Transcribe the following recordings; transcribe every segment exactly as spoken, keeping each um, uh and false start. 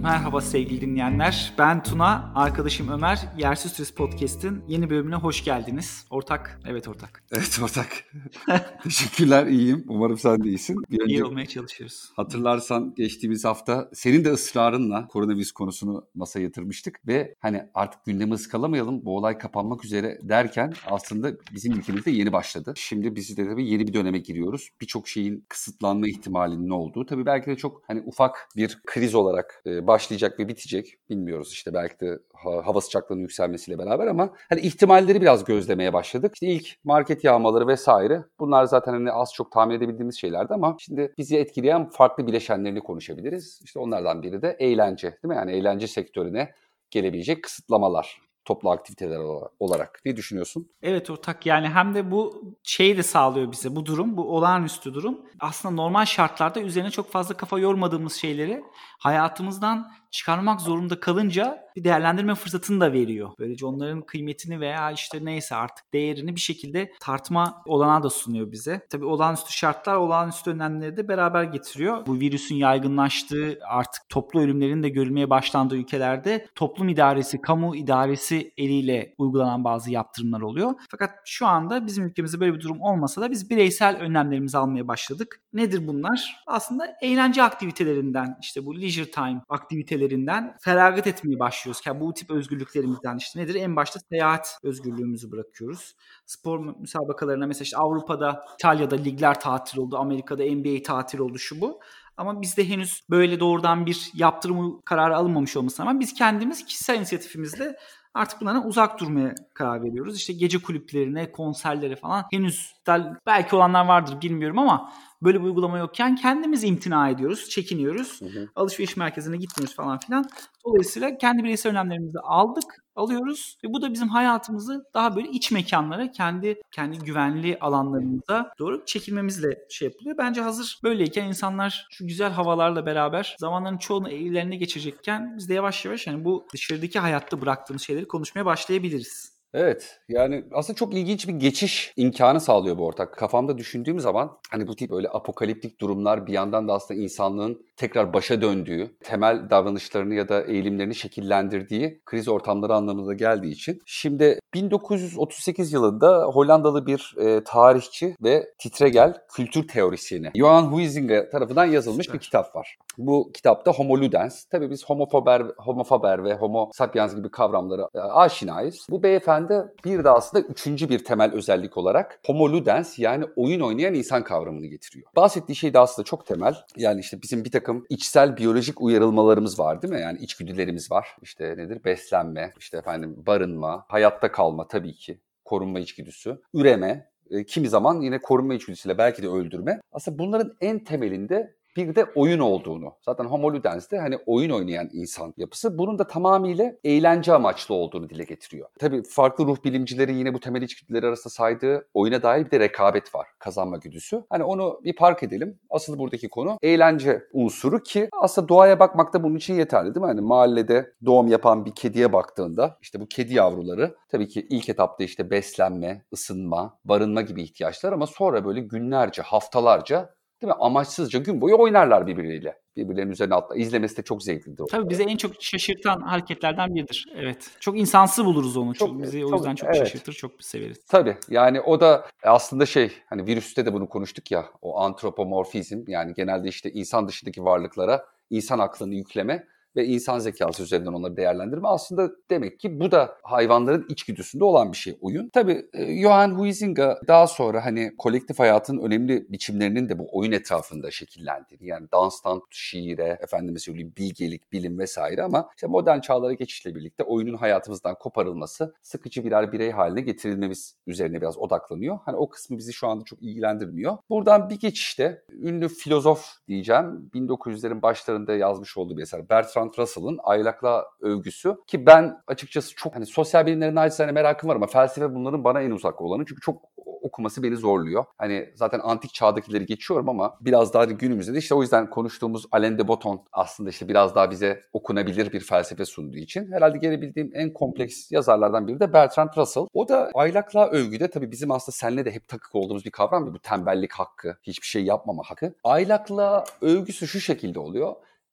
Merhaba sevgili dinleyenler. Ben Tuna, arkadaşım Ömer. Yersiz Turist Podcast'in yeni bölümüne hoş geldiniz. Ortak, evet ortak. Evet ortak. Teşekkürler, iyiyim. Umarım sen de iyisin. Bir İyi önce olmaya çalışıyoruz. hatırlarsan geçtiğimiz hafta senin de ısrarınla koronavirüs konusunu masaya yatırmıştık ve hani artık gündemi ıskalamayalım, bu olay kapanmak üzere derken aslında bizim ülkemizde yeni başladı. Şimdi biz de tabii yeni bir döneme giriyoruz. Birçok şeyin kısıtlanma ihtimalinin olduğu. Tabii belki de çok hani ufak bir kriz olarak başlayacak ve bitecek. Bilmiyoruz işte, belki de hava sıcaklığının yükselmesiyle beraber, ama hani ihtimalleri biraz gözlemeye başladık. İşte ilk market yağmaları vesaire, bunlar zaten hani az çok tahmin edebildiğimiz şeylerdi, ama şimdi bizi etkileyen farklı bileşenlerini konuşabiliriz. İşte onlardan biri de eğlence, değil mi? Yani eğlence sektörüne gelebilecek kısıtlamalar, toplu aktiviteler olarak. Ne düşünüyorsun? Evet ortak, yani hem de bu şeyi de sağlıyor bize, bu durum, bu olağanüstü durum. Aslında normal şartlarda üzerine çok fazla kafa yormadığımız şeyleri hayatımızdan çıkarmak zorunda kalınca bir değerlendirme fırsatını da veriyor. Böylece onların kıymetini veya işte neyse artık değerini bir şekilde tartma olanağı da sunuyor bize. Tabii olağanüstü şartlar olağanüstü önlemleri de beraber getiriyor. Bu virüsün yaygınlaştığı, artık toplu ölümlerin de görülmeye başlandığı ülkelerde toplum idaresi, kamu idaresi eliyle uygulanan bazı yaptırımlar oluyor. Fakat şu anda bizim ülkemizde böyle bir durum olmasa da biz bireysel önlemlerimizi almaya başladık. Nedir bunlar? Aslında eğlence aktivitelerinden, işte bu leisure time aktivitelerinden feragat etmeye başlıyoruz. Yani bu tip özgürlüklerimizden işte nedir? En başta seyahat özgürlüğümüzü bırakıyoruz. Spor müsabakalarına mesela işte Avrupa'da, İtalya'da ligler tatil oldu, Amerika'da N B A tatil oldu, şu bu. Ama bizde henüz böyle doğrudan bir yaptırım kararı alınmamış olmasına rağmen biz kendimiz kişisel inisiyatifimizle artık bunlardan uzak durmaya karar veriyoruz. İşte gece kulüplerine, konserlere falan henüz belki olanlar vardır bilmiyorum, ama böyle bir uygulama yokken kendimiz imtina ediyoruz, çekiniyoruz. Hı hı. Alışveriş merkezine gitmiyoruz falan filan. Dolayısıyla kendi bireysel önlemlerimizi aldık, alıyoruz ve bu da bizim hayatımızı daha böyle iç mekanlara, kendi kendi güvenli alanlarımıza doğru çekilmemizle şey yapılıyor. Bence hazır böyleyken insanlar şu güzel havalarla beraber zamanların çoğunu evlerine geçirecekken biz de yavaş yavaş yani bu dışarıdaki hayatta bıraktığımız şeyleri konuşmaya başlayabiliriz. Evet, yani aslında çok ilginç bir geçiş imkanı sağlıyor bu ortak. Kafamda düşündüğüm zaman hani bu tip öyle apokaliptik durumlar bir yandan da aslında insanlığın tekrar başa döndüğü, temel davranışlarını ya da eğilimlerini şekillendirdiği kriz ortamları anlamına geldiği için. Şimdi bin dokuz yüz otuz sekiz yılında Hollandalı bir e, tarihçi ve titregel kültür teorisyeni Johan Huizinga tarafından yazılmış Süper. bir kitap var. Bu kitapta Homo Ludens, tabii biz Homo faber, Homo faber ve Homo sapiens gibi kavramlara e, aşinayız. Bu beyefendi bir de aslında üçüncü bir temel özellik olarak Homo Ludens, yani oyun oynayan insan kavramını getiriyor. Bahsettiği şey de aslında çok temel. Yani işte bizim bir takım içsel biyolojik uyarılmalarımız var, değil mi? Yani içgüdülerimiz var. İşte nedir? Beslenme, işte efendim barınma, hayatta kalma tabii ki, korunma içgüdüsü, üreme, e, kimi zaman yine korunma içgüdüsüyle belki de öldürme. Aslında bunların en temelinde bir de oyun olduğunu. Zaten Homo Ludens de hani oyun oynayan insan yapısı. Bunun da tamamıyla eğlence amaçlı olduğunu dile getiriyor. Tabii farklı ruh bilimcileri yine bu temel içgüdüleri arasında saydığı oyuna dair bir de rekabet var. Kazanma güdüsü. Hani onu bir park edelim. Asıl buradaki konu eğlence unsuru, ki aslında doğaya bakmak da bunun için yeterli, değil mi? Hani mahallede doğum yapan bir kediye baktığında işte bu kedi yavruları tabii ki ilk etapta işte beslenme, ısınma, barınma gibi ihtiyaçlar, ama sonra böyle günlerce, haftalarca, değil mi? Amaçsızca gün boyu oynarlar birbiriyle. Birbirlerinin üzerine atla. İzlemesi de çok zevklidir. Tabii bize en çok şaşırtan hareketlerden biridir. Evet. Çok insansı buluruz onu. Çok, bizi çok, o yüzden çok evet. şaşırtır, çok severiz. Tabii. Yani o da aslında şey, hani virüste de bunu konuştuk ya, o antropomorfizm, yani genelde işte insan dışındaki varlıklara insan aklını yükleme ve insan zekası üzerinden onları değerlendirme. Aslında demek ki bu da hayvanların içgüdüsünde olan bir şey, oyun. Tabii Johan Huizinga daha sonra hani kolektif hayatın önemli biçimlerinin de bu oyun etrafında şekillendiğini, yani danstan şiire, efendime söyleyeyim bilgelik, bilim vesaire, ama işte modern çağlara geçişle birlikte oyunun hayatımızdan koparılması, sıkıcı birer birey haline getirilmemiz üzerine biraz odaklanıyor. Hani o kısmı bizi şu anda çok ilgilendirmiyor. Buradan bir geçişte ünlü filozof diyeceğim, bin dokuz yüzlerin başlarında yazmış olduğu bir eser, Bertrand Russell'ın Aylaklığa Övgüsü, ki ben açıkçası çok hani sosyal bilimlere naçizane merakım var, ama felsefe bunların bana en uzak olanı, çünkü çok okuması beni zorluyor. Hani zaten antik çağdakileri geçiyorum, ama biraz daha günümüzde de işte o yüzden konuştuğumuz Alain de Botton aslında işte biraz daha bize okunabilir bir felsefe sunduğu için herhalde gelebildiğim en kompleks yazarlardan biri de Bertrand Russell. O da Aylaklığa Övgü'de, tabii bizim aslında seninle de hep takık olduğumuz bir kavram, bu tembellik hakkı, hiçbir şey yapmama hakkı. Aylaklığa övgüsü şu şekilde oluyor.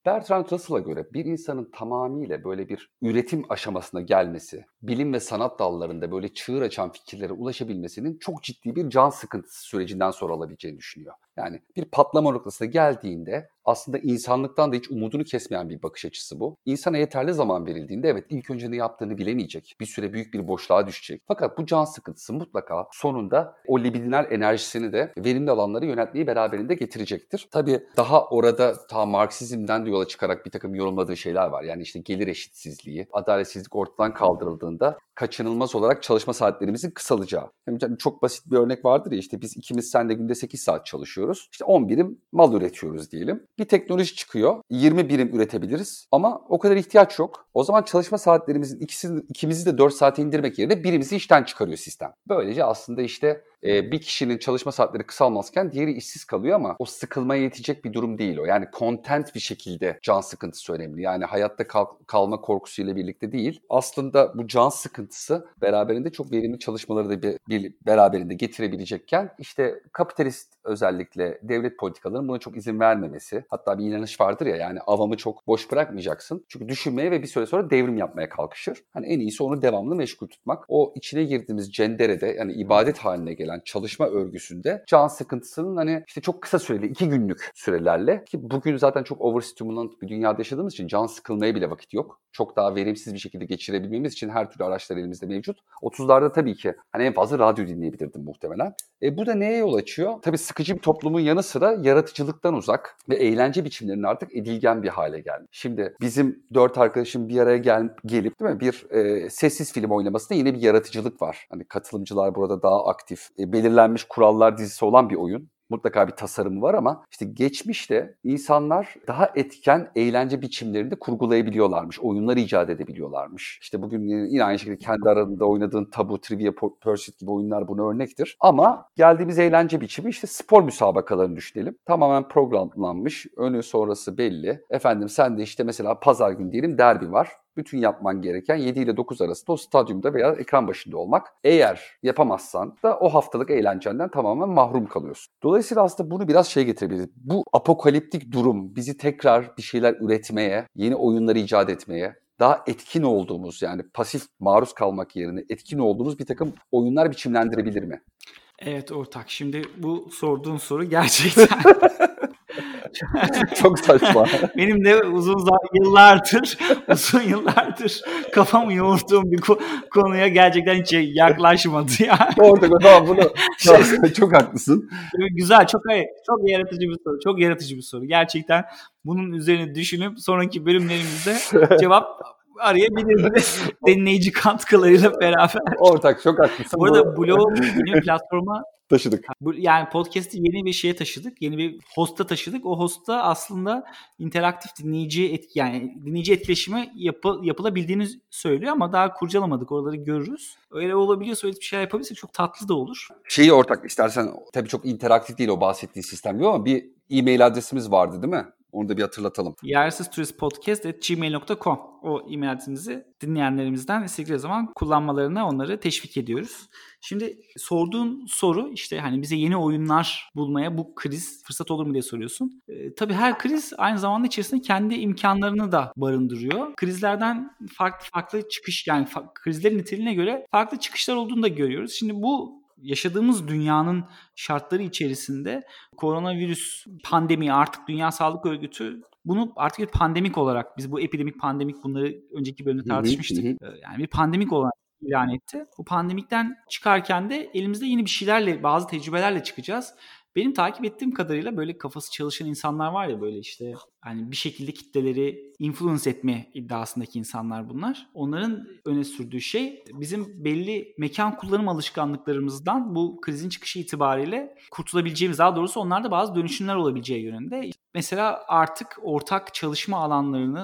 Bertrand Russell'a göre bir insanın tamamıyla böyle bir üretim aşamasına gelmesi, bilim ve sanat dallarında böyle çığır açan fikirlere ulaşabilmesinin çok ciddi bir can sıkıntısı sürecinden sonra olabileceğini düşünüyor. Yani bir patlama noktasına geldiğinde aslında insanlıktan da hiç umudunu kesmeyen bir bakış açısı bu. İnsana yeterli zaman verildiğinde evet ilk önce ne yaptığını bilemeyecek. Bir süre büyük bir boşluğa düşecek. Fakat bu can sıkıntısı mutlaka sonunda o libidinal enerjisini de verimli alanlara yöneltmeyi beraberinde getirecektir. Tabii daha orada ta Marksizmden de yola çıkarak bir takım yorumladığı şeyler var. Yani işte gelir eşitsizliği, adaletsizlik ortadan kaldırıldığında kaçınılmaz olarak çalışma saatlerimizin kısalacağı. Yani çok basit bir örnek vardır ya işte biz ikimiz seninle günde sekiz saat çalışıyoruz. İşte on birim mal üretiyoruz diyelim. Bir teknoloji çıkıyor. yirmi birim üretebiliriz ama o kadar ihtiyaç yok. O zaman çalışma saatlerimizin ikisini, ikimizi de dört saate indirmek yerine birimizi işten çıkarıyor sistem. Böylece aslında işte e, bir kişinin çalışma saatleri kısalmazken diğeri işsiz kalıyor ama o sıkılmaya yetecek bir durum değil o. Yani content bir şekilde can sıkıntısı önemli. Yani hayatta kal- kalma korkusuyla birlikte değil. Aslında bu can sıkıntısı beraberinde çok verimli çalışmaları da bir, bir beraberinde getirebilecekken işte kapitalist özellikle devlet politikalarının buna çok izin vermemesi. Hatta bir inanış vardır ya yani avamı çok boş bırakmayacaksın. Çünkü düşünmeye ve bir süre sonra devrim yapmaya kalkışır. Hani en iyisi onu devamlı meşgul tutmak. O içine girdiğimiz cenderede yani ibadet haline gelen çalışma örgüsünde can sıkıntısının hani işte çok kısa süreli iki günlük sürelerle ki bugün zaten çok overstimulant bir dünyada yaşadığımız için can sıkılmaya bile vakit yok. Çok daha verimsiz bir şekilde geçirebilmemiz için her türlü araçlar elimizde mevcut. otuzlarda tabii ki hani en fazla radyo dinleyebilirdim muhtemelen. E bu da neye yol açıyor? Tabii sıkıcı bir toplumun yanı sıra yaratıcılıktan uzak ve eğlence biçimlerinin artık edilgen bir hale geldi. Şimdi bizim dört arkadaşım bir araya gel, gelip değil mi bir e, sessiz film oynamasında yine bir yaratıcılık var. Hani katılımcılar burada daha aktif. E, belirlenmiş kurallar dizisi olan bir oyun. Mutlaka bir tasarımı var ama işte geçmişte insanlar daha etken eğlence biçimlerinde kurgulayabiliyorlarmış. Oyunlar icat edebiliyorlarmış. İşte bugün yine aynı şekilde kendi arasında oynadığın Tabu, Trivia Pursuit gibi oyunlar buna örnektir. Ama geldiğimiz eğlence biçimi işte spor müsabakalarını düşünelim. Tamamen programlanmış. Önü sonrası belli. Efendim sen de işte mesela pazar günü diyelim derbi var. Bütün yapman gereken yedi ile dokuz arasında o stadyumda veya ekran başında olmak. Eğer yapamazsan da o haftalık eğlencenden tamamen mahrum kalıyorsun. Dolayısıyla aslında bunu biraz şey getirebiliriz. Bu apokaliptik durum bizi tekrar bir şeyler üretmeye, yeni oyunları icat etmeye, daha etkin olduğumuz yani pasif maruz kalmak yerine etkin olduğumuz bir takım oyunlar biçimlendirebilir mi? Evet ortak. Şimdi bu sorduğun soru gerçekten çok saçma. Benim de uzun yıllardır, uzun yıllardır kafamı yoğurduğum bir konuya gerçekten hiç yaklaşmadı ya. Ortak tamam bunu. Şey, çok haklısın. Güzel, çok çok yaratıcı bir soru. Çok yaratıcı bir soru. Gerçekten bunun üzerine düşünüp sonraki bölümlerimizde cevap arayabiliriz. Dinleyici katkılarıyla beraber. Ortak çok haklısın. Bu arada blog yeni bir platforma taşıdık. Yani podcast'i yeni bir şeye taşıdık. Yeni bir host'a taşıdık. O host'ta aslında interaktif dinleyici etki, yani dinleyici etkileşimi yapı, yapılabildiğini söylüyor ama daha kurcalamadık. Oraları görürüz. Öyle olabiliyorsa öyle bir şey yapabilirsek çok tatlı da olur. Şeyi ortak istersen tabii çok interaktif değil o bahsettiği sistem diyor ama bir e-mail adresimiz vardı değil mi? Onu da bir hatırlatalım. yersiz turist podcast at gmail nokta com o e-mail adresimizi dinleyenlerimizden istedikleri zaman kullanmalarına onları teşvik ediyoruz. Şimdi sorduğun soru işte hani bize yeni oyunlar bulmaya bu kriz fırsat olur mu diye soruyorsun. Ee, tabii her kriz aynı zamanda içerisinde kendi imkanlarını da barındırıyor. Krizlerden farklı farklı çıkış yani fa- krizlerin niteliğine göre farklı çıkışlar olduğunu da görüyoruz. Şimdi bu yaşadığımız dünyanın şartları içerisinde koronavirüs pandemi artık Dünya Sağlık Örgütü bunu artık bir pandemik olarak biz bu epidemik pandemik bunları önceki bölümde tartışmıştık. Yani bir pandemik olarak ilan etti. Bu pandemikten çıkarken de elimizde yeni bir şeylerle bazı tecrübelerle çıkacağız. Benim takip ettiğim kadarıyla böyle kafası çalışan insanlar var ya böyle işte hani bir şekilde kitleleri influence etme iddiasındaki insanlar bunlar. Onların öne sürdüğü şey bizim belli mekan kullanım alışkanlıklarımızdan bu krizin çıkışı itibariyle kurtulabileceğimiz, daha doğrusu onlarda bazı dönüşümler olabileceği yönünde. Mesela artık ortak çalışma alanlarının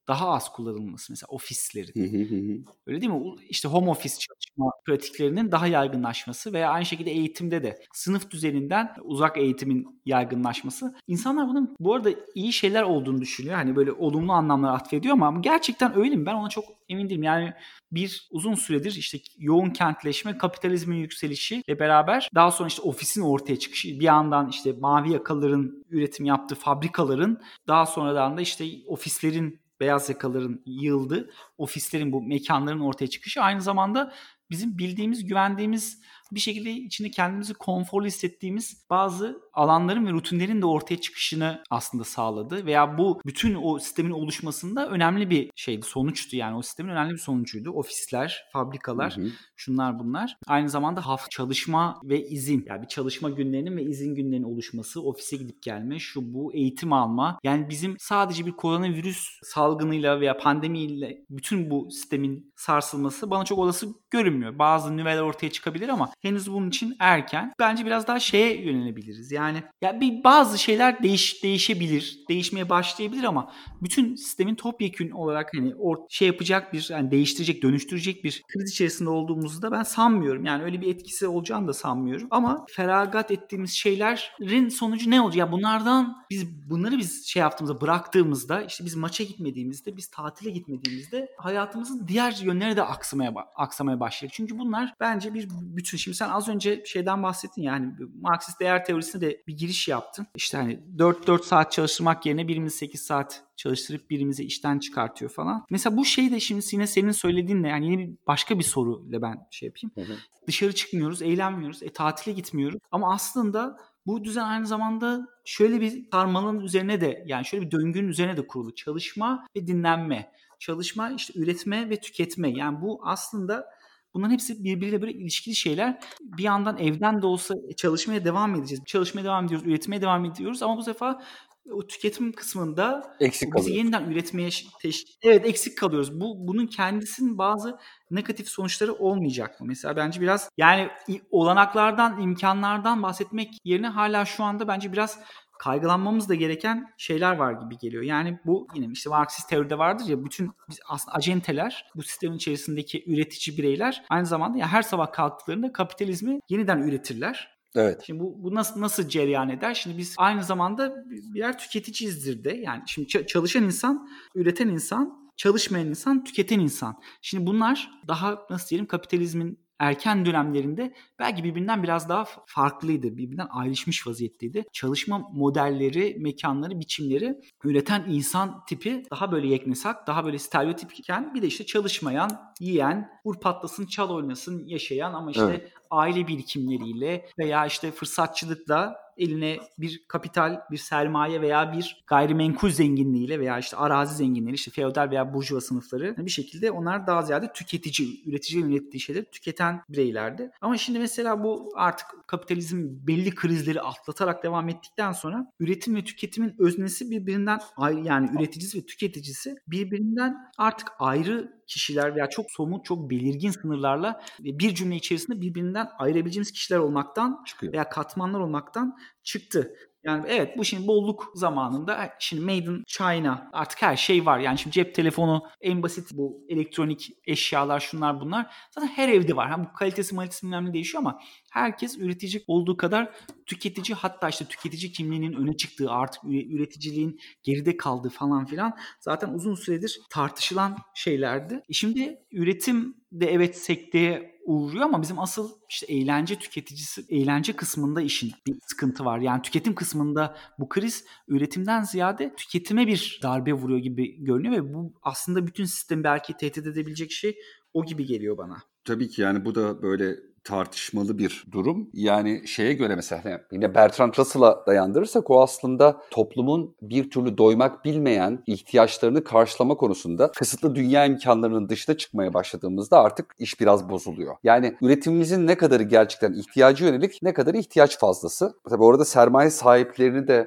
daha az kullanılması mesela ofislerin. Hı hı hı. Öyle değil mi? İşte home office çalışma pratiklerinin daha yaygınlaşması veya aynı şekilde eğitimde de sınıf düzeninden uzak eğitimin yaygınlaşması. İnsanlar bunun bu arada iyi şeyler olduğunu düşünüyor. Hani böyle olumlu anlamlar atfediyor ama gerçekten öyle mi? Ben ona çok emin değilim. Yani bir uzun süredir işte yoğun kentleşme, kapitalizmin yükselişiyle beraber daha sonra işte ofisin ortaya çıkışı, bir yandan işte mavi yakalıların üretim yaptığı fabrikaların, daha sonradan da işte ofislerin, beyaz yakalıların yığıldığı ofislerin, bu mekanların ortaya çıkışı aynı zamanda bizim bildiğimiz, güvendiğimiz, bir şekilde içinde kendimizi konforlu hissettiğimiz bazı alanların ve rutinlerin de ortaya çıkışını aslında sağladı. Veya bu bütün o sistemin oluşmasında önemli bir şeydi, sonuçtu yani. O sistemin önemli bir sonucuydu. Ofisler, fabrikalar, Hı hı. şunlar bunlar. Aynı zamanda hafta çalışma ve izin. Yani bir çalışma günlerinin ve izin günlerinin oluşması, ofise gidip gelme, şu bu, eğitim alma. Yani bizim sadece bir koronavirüs salgınıyla veya pandemiyle bütün bu sistemin sarsılması bana çok olası görünmüyor. Bazı nüveler ortaya çıkabilir ama henüz bunun için erken. Bence biraz daha şeye yönelebiliriz. Yani ya bir bazı şeyler değiş değişebilir, değişmeye başlayabilir ama bütün sistemin topyekün olarak hani or şey yapacak bir, yani değiştirecek, dönüştürecek bir kriz içerisinde olduğumuzu da ben sanmıyorum. Yani öyle bir etkisi olacağını da sanmıyorum. Ama feragat ettiğimiz şeylerin sonucu ne olacak? Ya bunlardan biz bunları biz şey yaptığımızda, bıraktığımızda, işte biz maça gitmediğimizde, biz tatile gitmediğimizde hayatımızın diğer yönleri de aksamaya aksamaya başlayacak. Çünkü bunlar bence bir bütün. Şimdi sen az önce şeyden bahsettin, yani Marksist değer teorisine de bir giriş yaptın. İşte hani dört dört saat çalıştırmak yerine birimiz sekiz saat çalıştırıp birimizi işten çıkartıyor falan. Mesela bu şey de şimdi yine senin söylediğinle, yani yine bir başka bir soruyla ben şey yapayım. Hı hı. Dışarı çıkmıyoruz, eğlenmiyoruz, e, tatile gitmiyoruz. Ama aslında bu düzen aynı zamanda şöyle bir sarmalın üzerine de, yani şöyle bir döngünün üzerine de kurulu. Çalışma ve dinlenme. Çalışma, işte üretme ve tüketme. Yani bu aslında bunların hepsi birbiriyle böyle ilişkili şeyler. Bir yandan evden de olsa çalışmaya devam edeceğiz. Çalışmaya devam ediyoruz, üretmeye devam ediyoruz ama bu sefer o tüketim kısmında Eksik bizi kalıyor. yeniden üretmeye teş- evet eksik kalıyoruz. Bu bunun kendisinin bazı negatif sonuçları olmayacak mı? Mesela bence biraz, yani olanaklardan, imkanlardan bahsetmek yerine hala şu anda bence biraz kaygılanmamız da gereken şeyler var gibi geliyor. Yani bu yine işte Marksist teoride vardır ya, bütün aslında acenteler, bu sistemin içerisindeki üretici bireyler aynı zamanda ya her sabah kalktıklarında kapitalizmi yeniden üretirler. Evet. Şimdi bu, bu nasıl nasıl cereyan eder? Şimdi biz aynı zamanda birer tüketiciyizdir de. Yani şimdi çalışan insan, üreten insan, çalışmayan insan, tüketen insan. Şimdi bunlar daha nasıl diyelim, kapitalizmin erken dönemlerinde belki birbirinden biraz daha farklıydı. Birbirinden ayrışmış vaziyetteydi. Çalışma modelleri, mekanları, biçimleri, üreten insan tipi daha böyle yeknesak, daha böyle stereotipken, bir de işte çalışmayan, yiyen, vur patlasın, çal oynasın yaşayan ama işte evet, aile birikimleriyle veya işte fırsatçılıkla eline bir kapital, bir sermaye veya bir gayrimenkul zenginliğiyle veya işte arazi zenginleri, işte feodal veya burjuva sınıfları, bir şekilde onlar daha ziyade tüketici, üreticilerin ürettiği şeyleri tüketen bireylerdi. Ama şimdi mesela bu artık kapitalizm belli krizleri atlatarak devam ettikten sonra üretim ve tüketimin öznesi birbirinden ayrı, yani üreticisi ve tüketicisi birbirinden artık ayrı kişiler veya çok somut, çok belirgin sınırlarla bir cümle içerisinde birbirinden ayırabileceğimiz kişiler olmaktan çıkıyor veya katmanlar olmaktan çıktı. Yani evet, bu şimdi bolluk zamanında şimdi Made in China, artık her şey var. Yani şimdi cep telefonu, en basit bu elektronik eşyalar, şunlar bunlar zaten her evde var. Ha, bu kalitesi malitesi önemli değişiyor ama herkes üretici olduğu kadar tüketici, hatta işte tüketici kimliğinin öne çıktığı, artık üreticiliğin geride kaldığı falan filan zaten uzun süredir tartışılan şeylerdi. E şimdi üretim de evet sekteye uğruyor ama bizim asıl işte eğlence tüketicisi, eğlence kısmında işin bir sıkıntı var. Yani tüketim kısmında bu kriz üretimden ziyade tüketime bir darbe vuruyor gibi görünüyor ve bu aslında bütün sistemi belki tehdit edebilecek şey o gibi geliyor bana. Tabii ki yani bu da böyle tartışmalı bir durum. Yani şeye göre mesela yine Bertrand Russell'a dayandırırsak o aslında toplumun bir türlü doymak bilmeyen ihtiyaçlarını karşılama konusunda kısıtlı dünya imkanlarının dışına çıkmaya başladığımızda artık iş biraz bozuluyor. Yani üretimimizin ne kadarı gerçekten ihtiyacı yönelik, ne kadarı ihtiyaç fazlası. Tabii orada sermaye sahiplerini de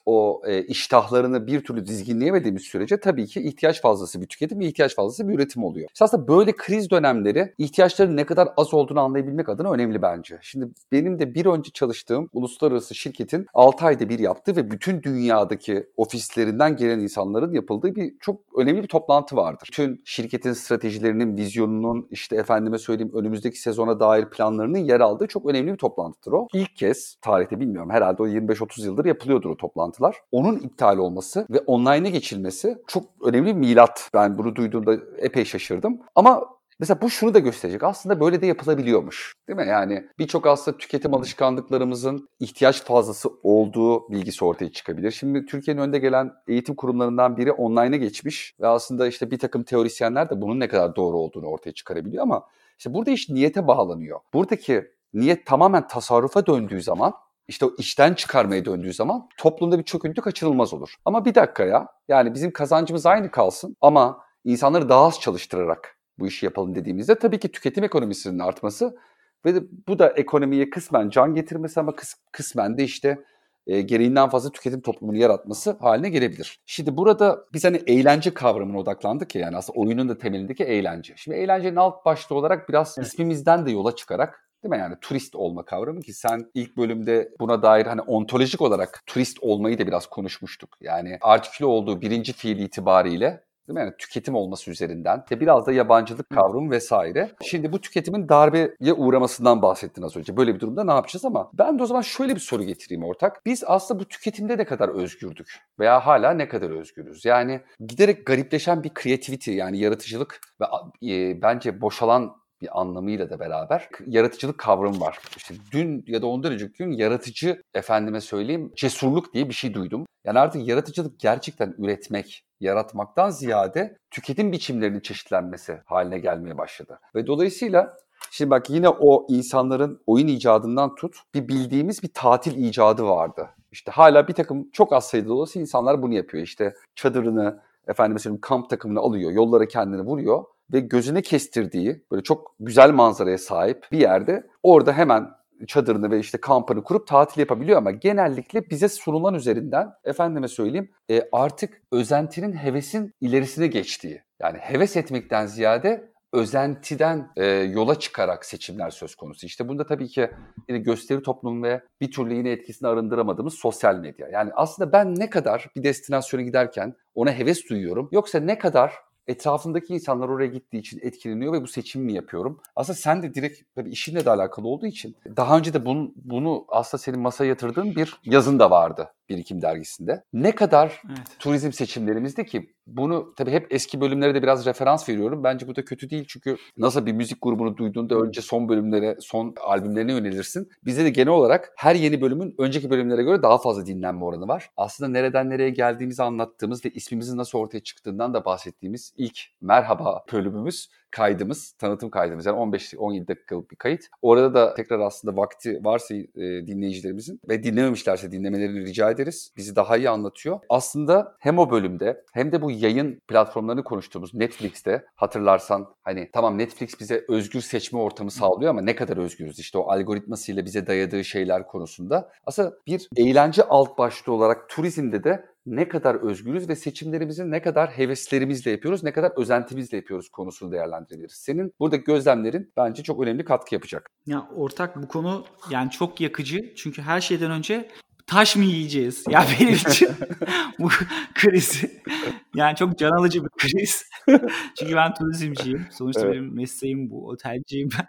o e, iştahlarını bir türlü dizginleyemediğimiz sürece tabii ki ihtiyaç fazlası bir tüketim ve ihtiyaç fazlası bir üretim oluyor. İşte aslında böyle kriz dönemleri ihtiyaçların ne kadar az olduğunu anlayabilmek adına önemli bence. Şimdi benim de bir önce çalıştığım uluslararası şirketin altı ayda bir yaptığı ve bütün dünyadaki ofislerinden gelen insanların yapıldığı bir çok önemli bir toplantı vardır. Bütün şirketin stratejilerinin, vizyonunun, işte efendime söyleyeyim önümüzdeki sezona dair planlarının yer aldığı çok önemli bir toplantıdır o. İlk kez tarihte bilmiyorum herhalde o yirmi beş otuz yıldır yapılıyordur o toplantılar. Onun iptal olması ve online'a geçilmesi çok önemli bir milat. Ben bunu duyduğumda epey şaşırdım. Ama mesela bu şunu da gösterecek. Aslında böyle de yapılabiliyormuş. Değil mi? Yani birçok aslında tüketim alışkanlıklarımızın ihtiyaç fazlası olduğu bilgisi ortaya çıkabilir. Şimdi Türkiye'nin önde gelen eğitim kurumlarından biri online'a geçmiş ve aslında işte bir takım teorisyenler de bunun ne kadar doğru olduğunu ortaya çıkarabiliyor ama işte burada iş niyete bağlanıyor. Buradaki niyet tamamen tasarrufa döndüğü zaman, işte o işten çıkarmaya döndüğü zaman toplumda bir çöküntü kaçınılmaz olur. Ama bir dakika ya, yani bizim kazancımız aynı kalsın ama insanları daha az çalıştırarak bu işi yapalım dediğimizde tabii ki tüketim ekonomisinin artması ve de bu da ekonomiye kısmen can getirmesi ama kıs- kısmen de işte e, gereğinden fazla tüketim toplumunu yaratması haline gelebilir. Şimdi burada biz hani eğlence kavramına odaklandık ya, yani aslında oyunun da temelindeki eğlence. Şimdi eğlencenin alt başlığı olarak biraz Evet. ismimizden de yola çıkarak, değil mi, yani turist olma kavramı, ki sen ilk bölümde buna dair hani ontolojik olarak turist olmayı da biraz konuşmuştuk. Yani artiküle olduğu birinci fiil itibariyle, değil mi? Yani tüketim olması üzerinden. İşte biraz da yabancılık kavramı vesaire. Şimdi bu tüketimin darbeye uğramasından bahsettin az önce. Böyle bir durumda ne yapacağız ama ben de o zaman şöyle bir soru getireyim ortak. Biz aslında bu tüketimde ne kadar özgürdük? Veya hala ne kadar özgürüz? Yani giderek garipleşen bir creativity, yani yaratıcılık ve e, bence boşalan bir anlamıyla da beraber yaratıcılık kavramı var. İşte dün ya da ondan önceki gün yaratıcı, efendime söyleyeyim, cesurluk diye bir şey duydum. Yani artık yaratıcılık gerçekten üretmek, yaratmaktan ziyade tüketim biçimlerinin çeşitlenmesi haline gelmeye başladı. Ve dolayısıyla şimdi bak, yine o insanların oyun icadından tut, bir bildiğimiz bir tatil icadı vardı. İşte hala bir takım çok az sayıda olası insanlar bunu yapıyor. İşte çadırını, efendim söyleyeyim, kamp takımını alıyor, yollara kendini vuruyor ve gözüne kestirdiği böyle çok güzel manzaraya sahip bir yerde orada hemen çadırını ve işte kampını kurup tatil yapabiliyor ama genellikle bize sunulan üzerinden, efendime söyleyeyim, e, artık özentinin, hevesin ilerisine geçtiği, yani heves etmekten ziyade özentiden e, yola çıkarak seçimler söz konusu. İşte bunda tabii ki yine gösteri toplumu ve bir türlü yine etkisini arındıramadığımız sosyal medya. Yani aslında ben ne kadar bir destinasyona giderken ona heves duyuyorum, yoksa ne kadar etrafımdaki insanlar oraya gittiği için etkileniyor ve bu seçimi mi yapıyorum? Aslında sen de direkt tabii işinle de alakalı olduğu için daha önce de bunu, bunu aslında senin masaya yatırdığın bir yazın da vardı Birikim Dergisi'nde. Ne kadar Evet. turizm seçimlerimizde, ki bunu tabii hep eski bölümlere de biraz referans veriyorum. Bence bu da kötü değil, çünkü nasıl bir müzik grubunu duyduğunda önce son bölümlere, son albümlerine yönelirsin. Bizde de genel olarak her yeni bölümün önceki bölümlere göre daha fazla dinlenme oranı var. Aslında nereden nereye geldiğimizi anlattığımız ve ismimizin nasıl ortaya çıktığından da bahsettiğimiz ilk merhaba bölümümüz, kaydımız, tanıtım kaydımız, yani on beş on yedi dakikalık bir kayıt. Orada da tekrar aslında vakti varsa e, dinleyicilerimizin ve dinlememişlerse dinlemelerini rica ederiz. Bizi daha iyi anlatıyor. Aslında hem o bölümde hem de bu yayın platformlarını konuştuğumuz Netflix'te, hatırlarsan hani tamam, Netflix bize özgür seçme ortamı sağlıyor ama ne kadar özgürüz? İşte o algoritmasıyla bize dayadığı şeyler konusunda. Aslında bir eğlence alt başlığı olarak turizmde de ne kadar özgürüz ve seçimlerimizi ne kadar heveslerimizle yapıyoruz, ne kadar özentimizle yapıyoruz konusunu değerlendirebiliriz. Senin burada gözlemlerin bence çok önemli katkı yapacak. Ya ortak, bu konu yani çok yakıcı. Çünkü her şeyden önce taş mı yiyeceğiz? Ya benim için bu kriz yani çok can alıcı bir kriz. Çünkü ben turizmciyim. Sonuçta Evet. benim mesleğim bu. Otelciyim ben.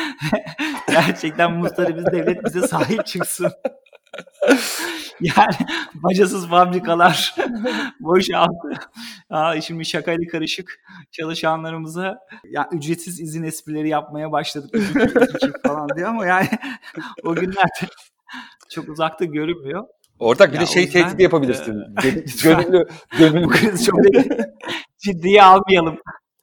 Gerçekten mustaribimiz devlet bize sahip çıksın. Yani bacasız fabrikalar boşaldı. Aa, şimdi şakayla karışık çalışanlarımıza ya ücretsiz izin esprileri yapmaya başladık. İki, iki, iki falan diye ama yani o günler çok uzakta görünmüyor. Ortak bir Ya de o şey yüzden, tehdidi yapabilirsin. e, gönüllü, gönüllü. bu krizi çok ciddiye almayalım.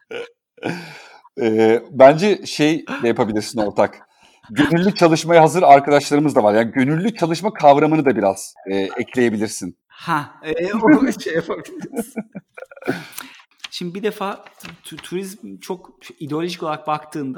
Ee, bence şey de yapabilirsin ortak. Gönüllü çalışmaya hazır arkadaşlarımız da var. Yani gönüllü çalışma kavramını da biraz e, ekleyebilirsin. Ha, e, o şey yapabiliriz. Şimdi bir defa tu- turizm çok ideolojik olarak baktığında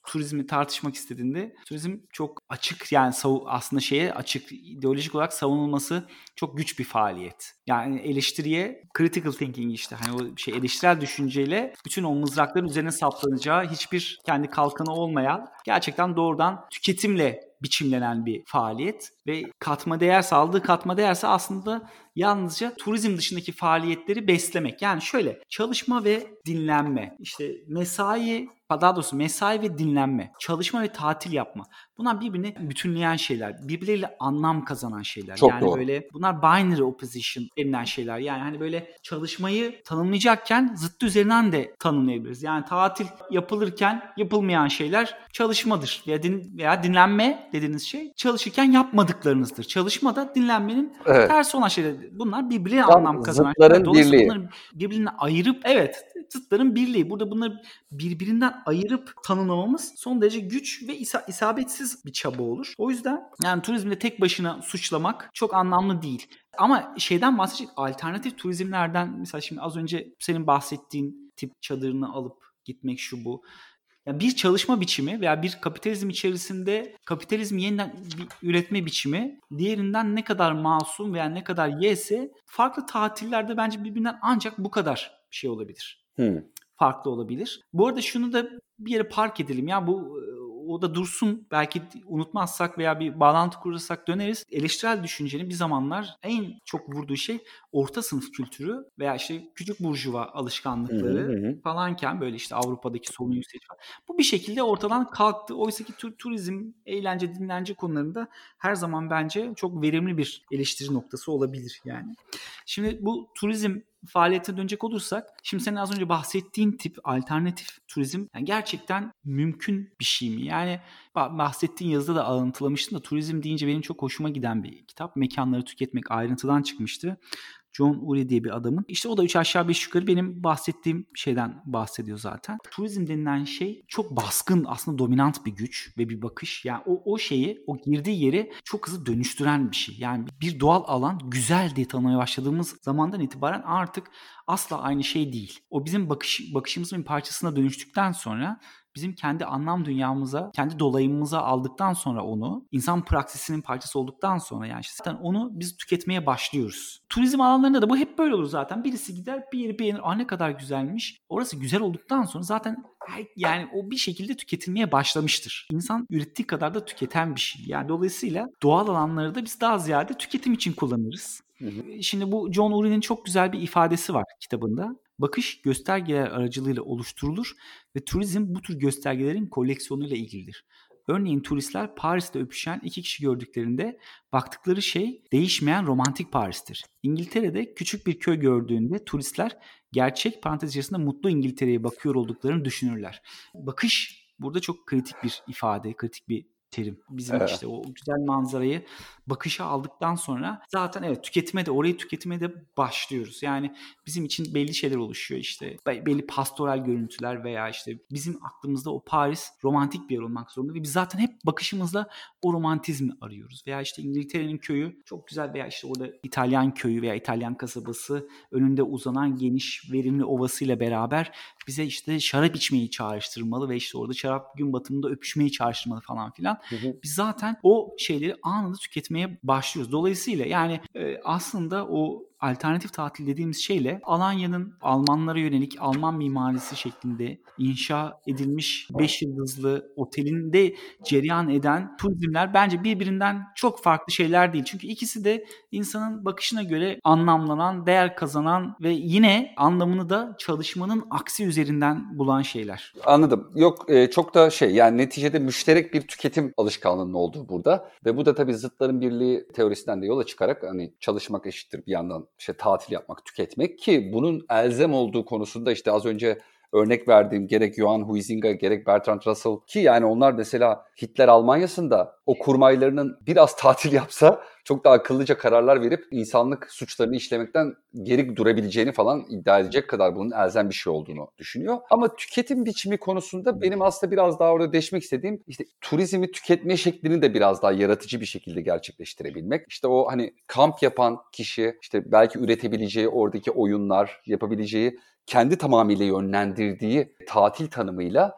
turizmi tartışmak istediğinde turizm çok açık, yani sav- aslında şeye açık, ideolojik olarak savunulması çok güç bir faaliyet. Yani eleştiriye critical thinking, işte hani o şey eleştirel düşünceyle bütün o mızrakların üzerine saplanacağı, hiçbir kendi kalkanı olmayan, gerçekten doğrudan tüketimle biçimlenen bir faaliyet ve katma değer sağladığı katma değerse aslında yalnızca turizm dışındaki faaliyetleri beslemek. Yani şöyle, çalışma ve dinlenme, işte mesai, daha doğrusu mesai ve dinlenme, çalışma ve tatil yapma. Bunlar birbirini bütünleyen şeyler, birbirleriyle anlam kazanan şeyler. Çok Yani doğru. böyle bunlar binary opposition denilen şeyler. Yani hani böyle çalışmayı tanımlayacakken zıttı üzerinden de tanımlayabiliriz. Yani tatil yapılırken yapılmayan şeyler çalışmadır veya, din, veya dinlenme dediğiniz şey çalışırken yapmadıklarınızdır. Çalışma da dinlenmenin Evet. tersi olan şeyler. Bunlar birbirine Tam anlam kazanan zıtların şeyler. Dolayısıyla birliği. bunları birbirine ayırıp, evet, zıtların birliği. Burada bunları birbirinden ayırıp tanımlamamız son derece güç ve isa- isabetsiz bir çaba olur. O yüzden yani turizmde tek başına suçlamak çok anlamlı değil. Ama şeyden bahsedecek, alternatif turizmlerden, mesela şimdi az önce senin bahsettiğin tip çadırını alıp gitmek, şu bu. Yani bir çalışma biçimi veya bir kapitalizm içerisinde kapitalizm yeniden bir üretme biçimi diğerinden ne kadar masum veya ne kadar yese, farklı tatillerde bence birbirinden ancak bu kadar şey olabilir. Hmm. Farklı olabilir. Bu arada şunu da bir yere park edelim. Ya bu o da dursun. Belki unutmazsak veya bir bağlantı kurursak döneriz. Eleştirel düşüncenin bir zamanlar en çok vurduğu şey orta sınıf kültürü veya işte küçük burjuva alışkanlıkları Hı hı hı. falanken, böyle işte Avrupa'daki solun yükselişi falan. Bu bir şekilde ortadan kalktı. Oysa ki tur- turizm, eğlence, dinlence konularında her zaman bence çok verimli bir eleştiri noktası olabilir yani. Şimdi bu turizm faaliyete dönecek olursak, şimdi senin az önce bahsettiğin tip alternatif turizm yani gerçekten mümkün bir şey mi? Yani bahsettiğin yazıda da alıntılamıştım da, turizm deyince benim çok hoşuma giden bir kitap. Mekanları Tüketmek Ayrıntıdan çıkmıştı. John Ury diye bir adamın. İşte o da üç aşağı beş yukarı benim bahsettiğim şeyden bahsediyor zaten. Turizm denilen şey çok baskın, aslında dominant bir güç ve bir bakış. Yani o, o şeyi, o girdiği yeri çok hızlı dönüştüren bir şey. Yani bir doğal alan güzel diye tanımaya başladığımız zamandan itibaren artık asla aynı şey değil. O bizim bakış, bakışımızın bir parçasına dönüştükten sonra, bizim kendi anlam dünyamıza, kendi dolayımımıza aldıktan sonra, onu insan praksisinin parçası olduktan sonra, yani işte zaten onu biz tüketmeye başlıyoruz. Turizm alanlarında da bu hep böyle olur zaten. Birisi gider bir yeri beğenir, ah ne kadar güzelmiş. Orası güzel olduktan sonra zaten yani o bir şekilde tüketilmeye başlamıştır. İnsan ürettiği kadar da tüketen bir şey. Yani dolayısıyla doğal alanları da biz daha ziyade tüketim için kullanırız. Hı hı. Şimdi bu John Ury'nin çok güzel bir ifadesi var kitabında. Bakış göstergeler aracılığıyla oluşturulur ve turizm bu tür göstergelerin koleksiyonuyla ilgilidir. Örneğin turistler Paris'te öpüşen iki kişi gördüklerinde baktıkları şey değişmeyen romantik Paris'tir. İngiltere'de küçük bir köy gördüğünde turistler gerçek, parantez içerisinde, mutlu İngiltere'ye bakıyor olduklarını düşünürler. Bakış burada çok kritik bir ifade, kritik bir terim. Bizim Evet. işte o güzel manzarayı bakışa aldıktan sonra zaten evet tüketime de, orayı tüketime de başlıyoruz. Yani bizim için belli şeyler oluşuyor, işte belli pastoral görüntüler veya işte bizim aklımızda o Paris romantik bir yer olmak zorunda ve biz zaten hep bakışımızla o romantizmi arıyoruz. Veya işte İngiltere'nin köyü çok güzel veya işte orada İtalyan köyü veya İtalyan kasabası önünde uzanan geniş verimli ovasıyla beraber bize işte şarap içmeyi çağrıştırmalı ve işte orada şarap gün batımında öpüşmeyi çağrıştırmalı falan filan. Hı hı. Biz zaten o şeyleri anında tüketmeye başlıyoruz. Dolayısıyla yani e, aslında o alternatif tatil dediğimiz şeyle Alanya'nın Almanlara yönelik Alman mimarisi şeklinde inşa edilmiş beş yıldızlı otelinde cereyan eden turizmler bence birbirinden çok farklı şeyler değil. Çünkü ikisi de insanın bakışına göre anlamlanan, değer kazanan ve yine anlamını da çalışmanın aksi üzerinden bulan şeyler. Anladım. Yok e, çok da şey, yani neticede müşterek bir tüketim alışkanlığının olduğu burada ve bu da tabii zıtların birliği teorisinden de yola çıkarak hani çalışmak eşittir bir yandan işte tatil yapmak, tüketmek, ki bunun elzem olduğu konusunda işte az önce örnek verdiğim gerek Johan Huizinga gerek Bertrand Russell, ki yani onlar mesela Hitler Almanya'sında o kurmaylarının biraz tatil yapsa çok daha akıllıca kararlar verip insanlık suçlarını işlemekten geri durabileceğini falan iddia edecek kadar bunun elzem bir şey olduğunu düşünüyor. Ama tüketim biçimi konusunda benim aslında biraz daha orada değişmek istediğim, işte turizmi tüketme şeklini de biraz daha yaratıcı bir şekilde gerçekleştirebilmek. İşte o hani kamp yapan kişi işte belki üretebileceği oradaki oyunlar, yapabileceği, kendi tamamıyla yönlendirdiği tatil tanımıyla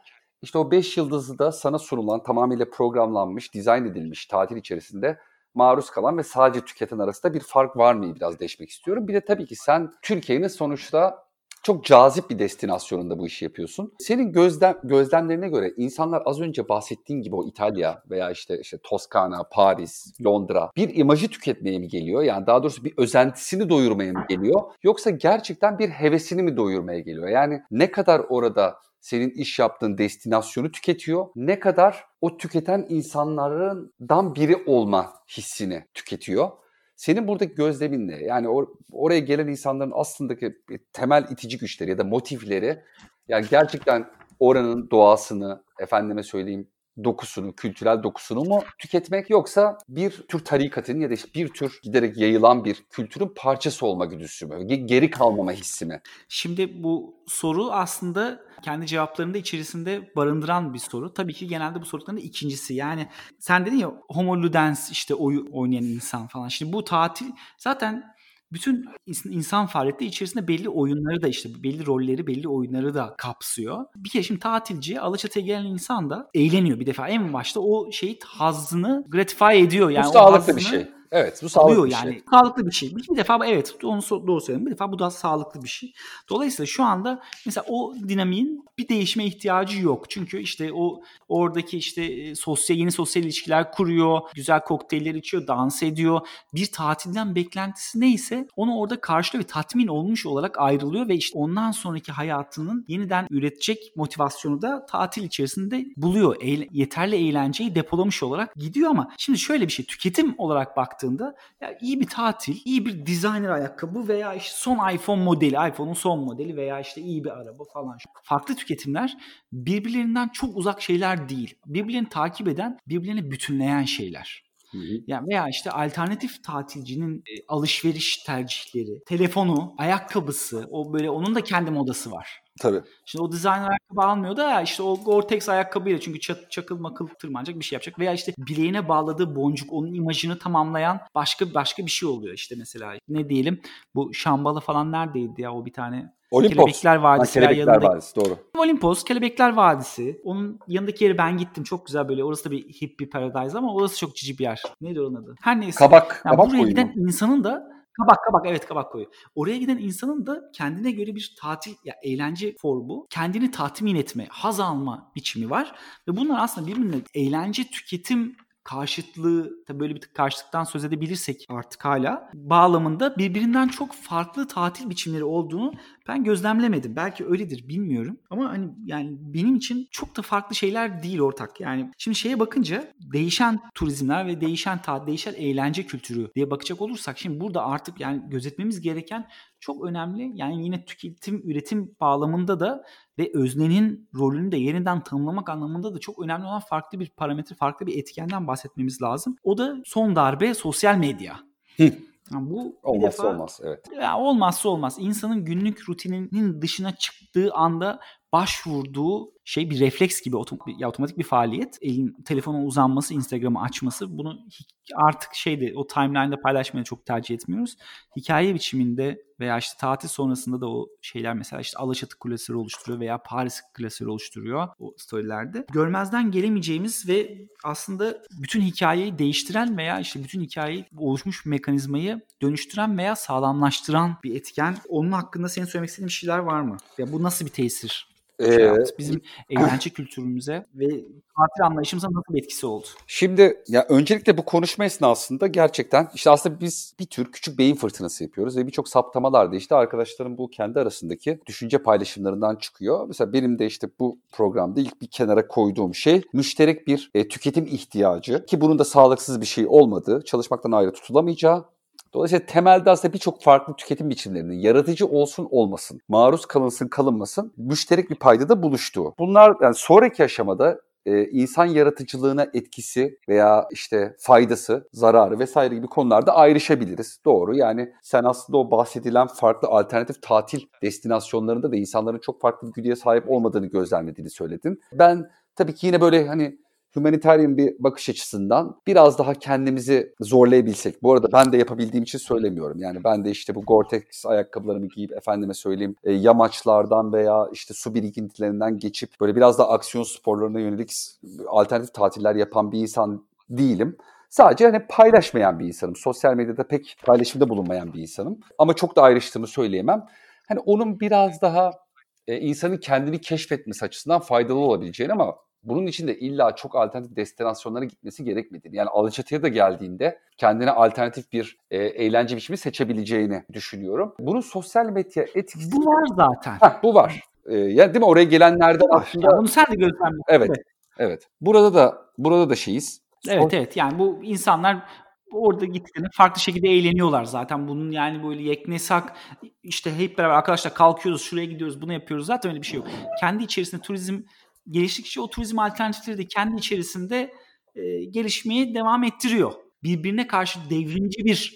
İşte o beş yıldızı da sana sunulan, tamamıyla programlanmış, dizayn edilmiş tatil içerisinde maruz kalan ve sadece tüketen arasında bir fark var mı biraz deşmek istiyorum. Bir de tabii ki sen Türkiye'nin sonuçta çok cazip bir destinasyonunda bu işi yapıyorsun. Senin gözlem, gözlemlerine göre insanlar az önce bahsettiğin gibi o İtalya veya işte işte Toskana, Paris, Londra bir imajı tüketmeye mi geliyor? Yani daha doğrusu bir özentisini doyurmaya mı geliyor? Yoksa gerçekten bir hevesini mi doyurmaya geliyor? Yani ne kadar orada senin iş yaptığın destinasyonu tüketiyor, ne kadar o tüketen insanlardan biri olma hissini tüketiyor. Senin buradaki gözlemin ne? Yani or- oraya gelen insanların aslındaki temel itici güçleri ya da motifleri, yani gerçekten oranın doğasını, efendime söyleyeyim, dokusunu, kültürel dokusunu mu tüketmek, yoksa bir tür tarikatın ya da işte bir tür giderek yayılan bir kültürün parçası olma güdüsü mü? Ge- Geri kalmama hissi mi? Şimdi bu soru aslında kendi cevaplarını da içerisinde barındıran bir soru. Tabii ki genelde bu soruların da ikincisi. Yani sen dedin ya homo ludens, işte oy oynayan insan falan. Şimdi bu tatil zaten bütün ins- insan faaliyeti içerisinde belli oyunları da, işte belli rolleri, belli oyunları da kapsıyor. Bir kere şimdi tatilci, Alaçatı'ya gelen insan da eğleniyor bir defa. En başta o şeyi, hazzını gratify ediyor. Bu Yani o sağlıklı bir şey. hazzını Evet, bu alıyor sağlıklı bir şey. yani. Sağlıklı bir şey. Bir defa evet, onu so- doğru söyledim. Bir defa bu da sağlıklı bir şey. Dolayısıyla şu anda mesela o dinamiğin bir değişme ihtiyacı yok. Çünkü işte o oradaki işte e, sosyal yeni sosyal ilişkiler kuruyor, güzel kokteyller içiyor, dans ediyor. Bir tatilden beklentisi neyse onu orada karşılıyor ve tatmin olmuş olarak ayrılıyor ve işte ondan sonraki hayatının yeniden üretecek motivasyonu da tatil içerisinde buluyor. Eğle- yeterli eğlenceyi depolamış olarak gidiyor. Ama şimdi şöyle bir şey, tüketim olarak baktığında ya iyi bir tatil, iyi bir designer ayakkabı veya işte son iPhone modeli, iPhone'un son modeli veya işte iyi bir araba falan. Farklı tüketimler birbirlerinden çok uzak şeyler değil. Birbirlerini takip eden, birbirlerini bütünleyen şeyler. Hı hı. Yani veya işte alternatif tatilcinin e, alışveriş tercihleri, telefonu, ayakkabısı, o böyle onun da kendi modası var. Tabii. Şimdi o designer ayakkabı almıyor da işte o Gore-Tex ayakkabıyla, çünkü çat, çakıl makıl tırmanacak bir şey yapacak. Veya işte bileğine bağladığı boncuk onun imajını tamamlayan başka başka bir şey oluyor işte mesela. Ne diyelim, bu Şambalı falan neredeydi ya, o bir tane Olimpos. Kelebekler Ha, Vadisi veya Kelebekler yanındaki Vadisi, doğru. Olimpos, Kelebekler Vadisi. Onun yanındaki yeri ben gittim. Çok güzel böyle. Orası da bir hippie paradise ama orası çok cici bir yer. Neydi onun adı? Her neyse. Kabak, Yani kabak buraya koyu giden mu? insanın da kabak kabak evet kabak koyu. Oraya giden insanın da kendine göre bir tatil, ya eğlence formu, kendini tatmin etme, haz alma biçimi var ve bunlar aslında birbirine eğlence tüketim karşıtlığı, tabii böyle bir karşıtlıktan söz edebilirsek artık hala bağlamında birbirinden çok farklı tatil biçimleri olduğunu ben gözlemlemedim. Belki öyledir, bilmiyorum. Ama hani yani benim için çok da farklı şeyler değil ortak. Yani şimdi şeye bakınca değişen turizmler ve değişen tatil, değişen eğlence kültürü diye bakacak olursak şimdi burada artık yani gözetmemiz gereken çok önemli. Yani yine tüketim, üretim bağlamında da ve öznenin rolünü de yeniden tanımlamak anlamında da çok önemli olan farklı bir parametre, farklı bir etkenden bahsetmemiz lazım. O da son darbe sosyal medya. Hı. Yani bu bir Olmazsa defa olmaz, evet. ya olmazsa olmaz. İnsanın günlük rutininin dışına çıktığı anda başvurduğu şey bir refleks gibi, otom- ya otomatik bir faaliyet. Elin telefona uzanması, Instagram'ı açması. Bunu artık şeyde, o timeline'da paylaşmayı çok tercih etmiyoruz. Hikaye biçiminde veya işte tatil sonrasında da o şeyler, mesela işte Alaçatı klasörü oluşturuyor veya Paris klasörü oluşturuyor o storylerde. Görmezden gelemeyeceğimiz ve aslında bütün hikayeyi değiştiren veya işte bütün hikayeyi oluşmuş mekanizmayı dönüştüren veya sağlamlaştıran bir etken. Onun hakkında senin söylemek istediğin şeyler var mı? Ya bu nasıl bir tesir şey Ee, yaptı? Bizim eğlence kültürümüze ve tatil anlayışımıza nasıl bir etkisi oldu? Şimdi ya öncelikle bu konuşma esnasında gerçekten işte aslında biz bir tür küçük beyin fırtınası yapıyoruz ve birçok saptamalar da işte arkadaşlarım bu kendi arasındaki düşünce paylaşımlarından çıkıyor. Mesela benim de işte bu programda ilk bir kenara koyduğum şey müşterek bir e, tüketim ihtiyacı, ki bunun da sağlıksız bir şey olmadığı, çalışmaktan ayrı tutulamayacağı. Dolayısıyla temelde aslında birçok farklı tüketim biçimlerinin yaratıcı olsun olmasın, maruz kalınsın kalınmasın, müşterek bir paydada buluştuğu. Bunlar yani sonraki aşamada e, insan yaratıcılığına etkisi veya işte faydası, zararı vesaire gibi konularda ayrışabiliriz. Doğru, yani sen aslında o bahsedilen farklı alternatif tatil destinasyonlarında da insanların çok farklı bir güdüye sahip olmadığını gözlemlediğini söyledin. Ben tabii ki yine böyle hani humanitarian bir bakış açısından biraz daha kendimizi zorlayabilsek. Bu arada ben de yapabildiğim için söylemiyorum. Yani ben de işte bu Gore-Tex ayakkabılarımı giyip efendime söyleyeyim e, yamaçlardan veya işte su birikintilerinden geçip böyle biraz da aksiyon sporlarına yönelik alternatif tatiller yapan bir insan değilim. Sadece hani paylaşmayan bir insanım. Sosyal medyada pek paylaşımda bulunmayan bir insanım. Ama çok da ayrıştığımı söyleyemem. Hani onun biraz daha e, insanın kendini keşfetmesi açısından faydalı olabileceğini ama bunun için de illa çok alternatif destinasyonlara gitmesi gerekmediğini. Yani Alaçatı'ya da geldiğinde kendine alternatif bir e, eğlence biçimi seçebileceğini düşünüyorum. Bunun sosyal medya etkisi... Bu var zaten. Heh, bu var. E, yani değil mi? Oraya gelenlerden aslında... Yani bunu sen de gözlemledin. Evet, evet. Evet. Burada da burada da şeyiz. Evet evet. Yani bu insanlar orada gittiklerinde farklı şekilde eğleniyorlar zaten. Bunun yani böyle yeknesak işte hep beraber arkadaşlar kalkıyoruz, şuraya gidiyoruz, bunu yapıyoruz. Zaten öyle bir şey yok. Kendi içerisinde turizm geliştikçe o turizm alternatifleri de kendi içerisinde e, gelişmeye devam ettiriyor. Birbirine karşı devrimci bir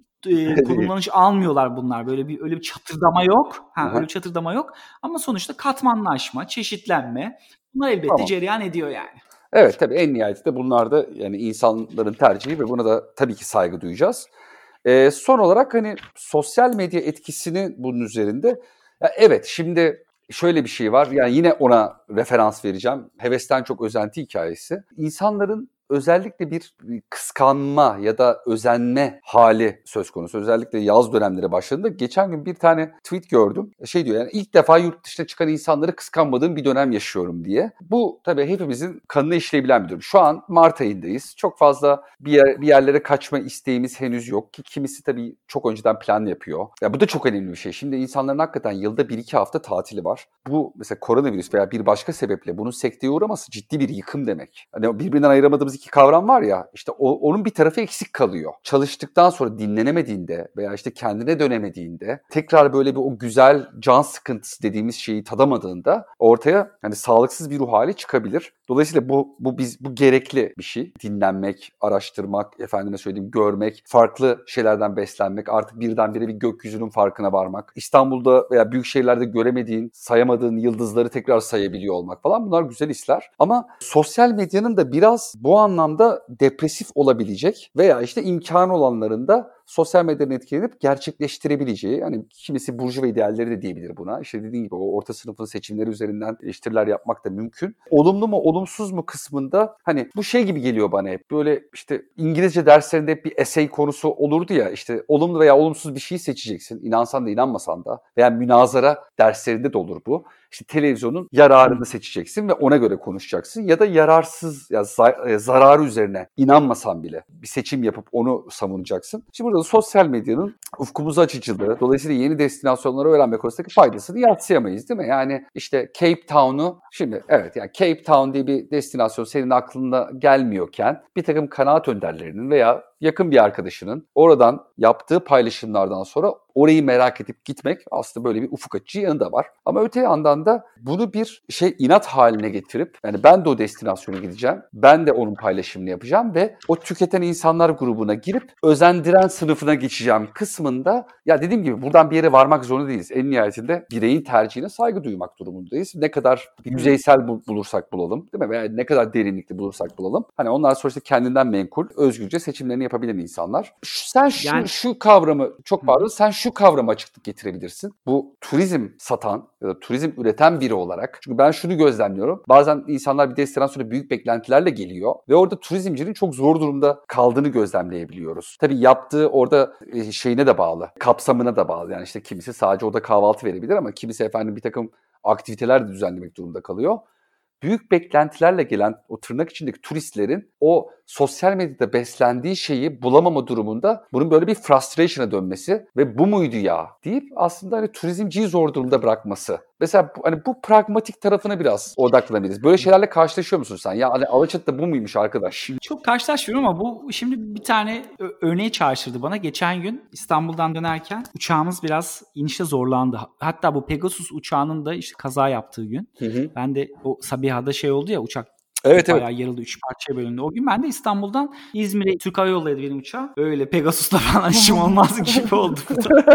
e, konumlanış almıyorlar bunlar. Böyle bir öyle bir çatırdama yok. Ha, öyle bir çatırdama yok. Ama sonuçta katmanlaşma, çeşitlenme bunlar elbette tamam. cereyan ediyor yani. Evet tabii en nihayetinde bunlar da yani insanların tercihi ve buna da tabii ki saygı duyacağız. Ee, son olarak hani sosyal medya etkisini bunun üzerinde. Ya evet şimdi şöyle bir şey var yani yine ona referans vereceğim. Hevesten çok özenti hikayesi. İnsanların özellikle bir kıskanma ya da özenme hali söz konusu. Özellikle yaz dönemleri başladığında geçen gün bir tane tweet gördüm. Şey diyor yani ilk defa yurt dışına çıkan insanları kıskanmadığım bir dönem yaşıyorum diye. Bu tabii hepimizin kanına işleyebilen bir durum. Şu an Mart ayındayız. Çok fazla bir, yer, bir yerlere kaçma isteğimiz henüz yok ki kimisi tabii çok önceden plan yapıyor. Ya bu da çok önemli bir şey. Şimdi insanların hakikaten yılda bir iki hafta tatili var. Bu mesela koronavirüs veya bir başka sebeple bunun sekteye uğraması ciddi bir yıkım demek. Hani birbirinden ayıramadığımız iki kavram var ya işte o, onun bir tarafı eksik kalıyor. Çalıştıktan sonra dinlenemediğinde veya işte kendine dönemediğinde tekrar böyle bir o güzel can sıkıntısı dediğimiz şeyi tadamadığında ortaya hani sağlıksız bir ruh hali çıkabilir. Dolayısıyla bu bu biz bu gerekli bir şey. Dinlenmek, araştırmak, efendime söyleyeyim görmek, farklı şeylerden beslenmek, artık birdenbire bir gökyüzünün farkına varmak. İstanbul'da veya büyük şehirlerde göremediğin, sayamadığın yıldızları tekrar sayabiliyor olmak falan bunlar güzel hisler. Ama sosyal medyanın da biraz bu anlamda depresif olabilecek veya işte imkanı olanların da sosyal medyanın etkilenip gerçekleştirebileceği, hani kimisi burjuva idealleri de diyebilir buna. İşte dediğim gibi o orta sınıfın seçimleri üzerinden eleştiriler yapmak da mümkün. Olumlu mu olumsuz mu kısmında hani bu şey gibi geliyor bana hep. Böyle işte İngilizce derslerinde hep bir essay konusu olurdu ya, işte olumlu veya olumsuz bir şey seçeceksin. İnansan da inanmasan da, veya münazara derslerinde de olur bu. İşte televizyonun yararını seçeceksin ve ona göre konuşacaksın ya da yararsız ya zararı üzerine inanmasan bile bir seçim yapıp onu savunacaksın. Şimdi burada da sosyal medyanın ufkumuzu açıcılığı, dolayısıyla yeni destinasyonları öğrenme konusundaki faydasını yadsıyamayız değil mi? Yani işte Cape Town'u şimdi evet yani Cape Town diye bir destinasyon senin aklına gelmiyorken bir takım kanaat önderlerinin veya yakın bir arkadaşının oradan yaptığı paylaşımlardan sonra orayı merak edip gitmek aslında böyle bir ufuk açıcı yanı da var. Ama öte yandan da bunu bir şey inat haline getirip yani ben de o destinasyona gideceğim, ben de onun paylaşımını yapacağım ve o tüketen insanlar grubuna girip özendiren sınıfına geçeceğim kısmında ya dediğim gibi buradan bir yere varmak zorunda değiliz. En nihayetinde bireyin tercihine saygı duymak durumundayız. Ne kadar yüzeysel bulursak bulalım değil mi? Veya ne kadar derinlikli bulursak bulalım. Hani onlar sonuçta kendinden menkul, özgürce seçimlerini yapabilen insanlar. Sen şu, yani, şu kavramı, çok pardon, sen şu kavramı açıklık getirebilirsin. Bu turizm satan ya da turizm üreten biri olarak. Çünkü ben şunu gözlemliyorum. Bazen insanlar bir destinasyona büyük beklentilerle geliyor ve orada turizmcinin çok zor durumda kaldığını gözlemleyebiliyoruz. Tabii yaptığı orada şeyine de bağlı, kapsamına da bağlı. Yani işte kimisi sadece orada kahvaltı verebilir ama kimisi efendim bir takım aktiviteler de düzenlemek durumunda kalıyor. Büyük beklentilerle gelen o tırnak içindeki turistlerin o sosyal medyada beslendiği şeyi bulamama durumunda bunun böyle bir frustration'a dönmesi ve bu muydu ya deyip aslında hani turizmciyi zor durumda bırakması. Mesela hani bu pragmatik tarafına biraz odaklanabiliriz. Böyle şeylerle karşılaşıyor musun sen? Ya hani Alaçatı'da bu muymuş arkadaş? Çok karşılaşmıyorum ama bu şimdi bir tane örneği çağrıştırdı bana. Geçen gün İstanbul'dan dönerken uçağımız biraz inişte zorlandı. Hatta bu Pegasus uçağının da işte kaza yaptığı gün. Hı hı. Ben de o Sabiha'da şey oldu ya, uçak evet, bayağı evet. yarıldı, üç parçaya bölündü. O gün ben de İstanbul'dan İzmir'e Türk Hava Yolları'ydı benim uçağım. Öyle Pegasus'la falan işim olmaz gibi oldu.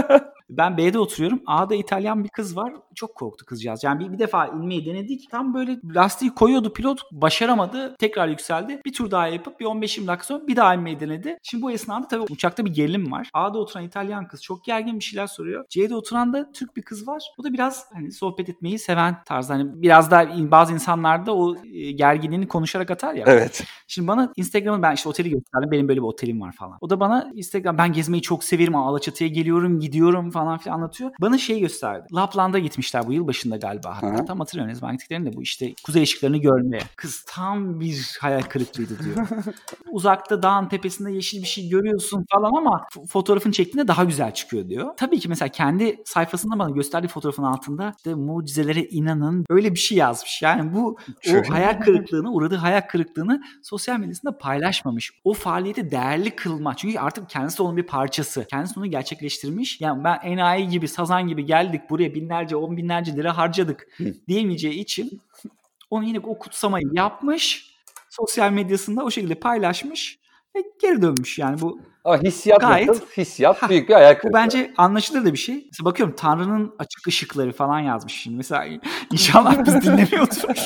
Ben B'de oturuyorum. A'da İtalyan bir kız var. Çok korktu kızcağız. Yani bir, bir defa inmeyi denedik. Tam böyle lastiği koyuyordu pilot. Başaramadı. Tekrar yükseldi. Bir tur daha yapıp bir on beş yirmi dakika sonra bir daha inmeyi denedi. Şimdi bu esnada tabii uçakta bir gerilim var. A'da oturan İtalyan kız çok gergin bir şeyler soruyor. C'de oturan da Türk bir kız var. O da biraz hani sohbet etmeyi seven tarzda. Hani biraz da bazı insanlarda o gerginliğini konuşarak atar ya. Evet. Şimdi bana Instagram'ı ben işte oteli gösterdim. Benim böyle bir otelim var falan. O da bana Instagram ben gezmeyi çok severim. Alaçatı'ya geliyorum, gidiyorum falan filan anlatıyor. Bana şey gösterdi. Lapland'a gitmişler bu yıl başında galiba. Hatta Hı-hı. tam hatırlamıyorum ne zaman gittiklerini de bu işte kuzey ışıklarını görmeye. Kız tam bir hayal kırıklığıydı diyor. Uzakta dağın tepesinde yeşil bir şey görüyorsun falan ama f- fotoğrafını çektiğinde daha güzel çıkıyor diyor. Tabii ki mesela kendi sayfasında bana gösterdiği fotoğrafın altında işte mucizelere inanın öyle bir şey yazmış. Yani bu Şöyle. o hayal kırıklığını, uğradığı hayal kırıklığını sosyal medyasında paylaşmamış. O faaliyeti değerli kılma. Çünkü artık kendisi onun bir parçası. Kendisi onu gerçekleştirmiş. Yani ben enayi gibi, sazan gibi geldik buraya binlerce, on binlerce lira harcadık diyemeyeceği için onu yine o kutsamayı yapmış. Sosyal medyasında o şekilde paylaşmış ve geri dönmüş. Yani bu Ama hissiyat gayet nasıl? Hissiyat büyük bir hayal kırıklığı. Bu bence anlaşılır da bir şey. Mesela bakıyorum Tanrı'nın açık ışıkları falan yazmış şimdi. Mesela inşallah biz dinlemiyordur.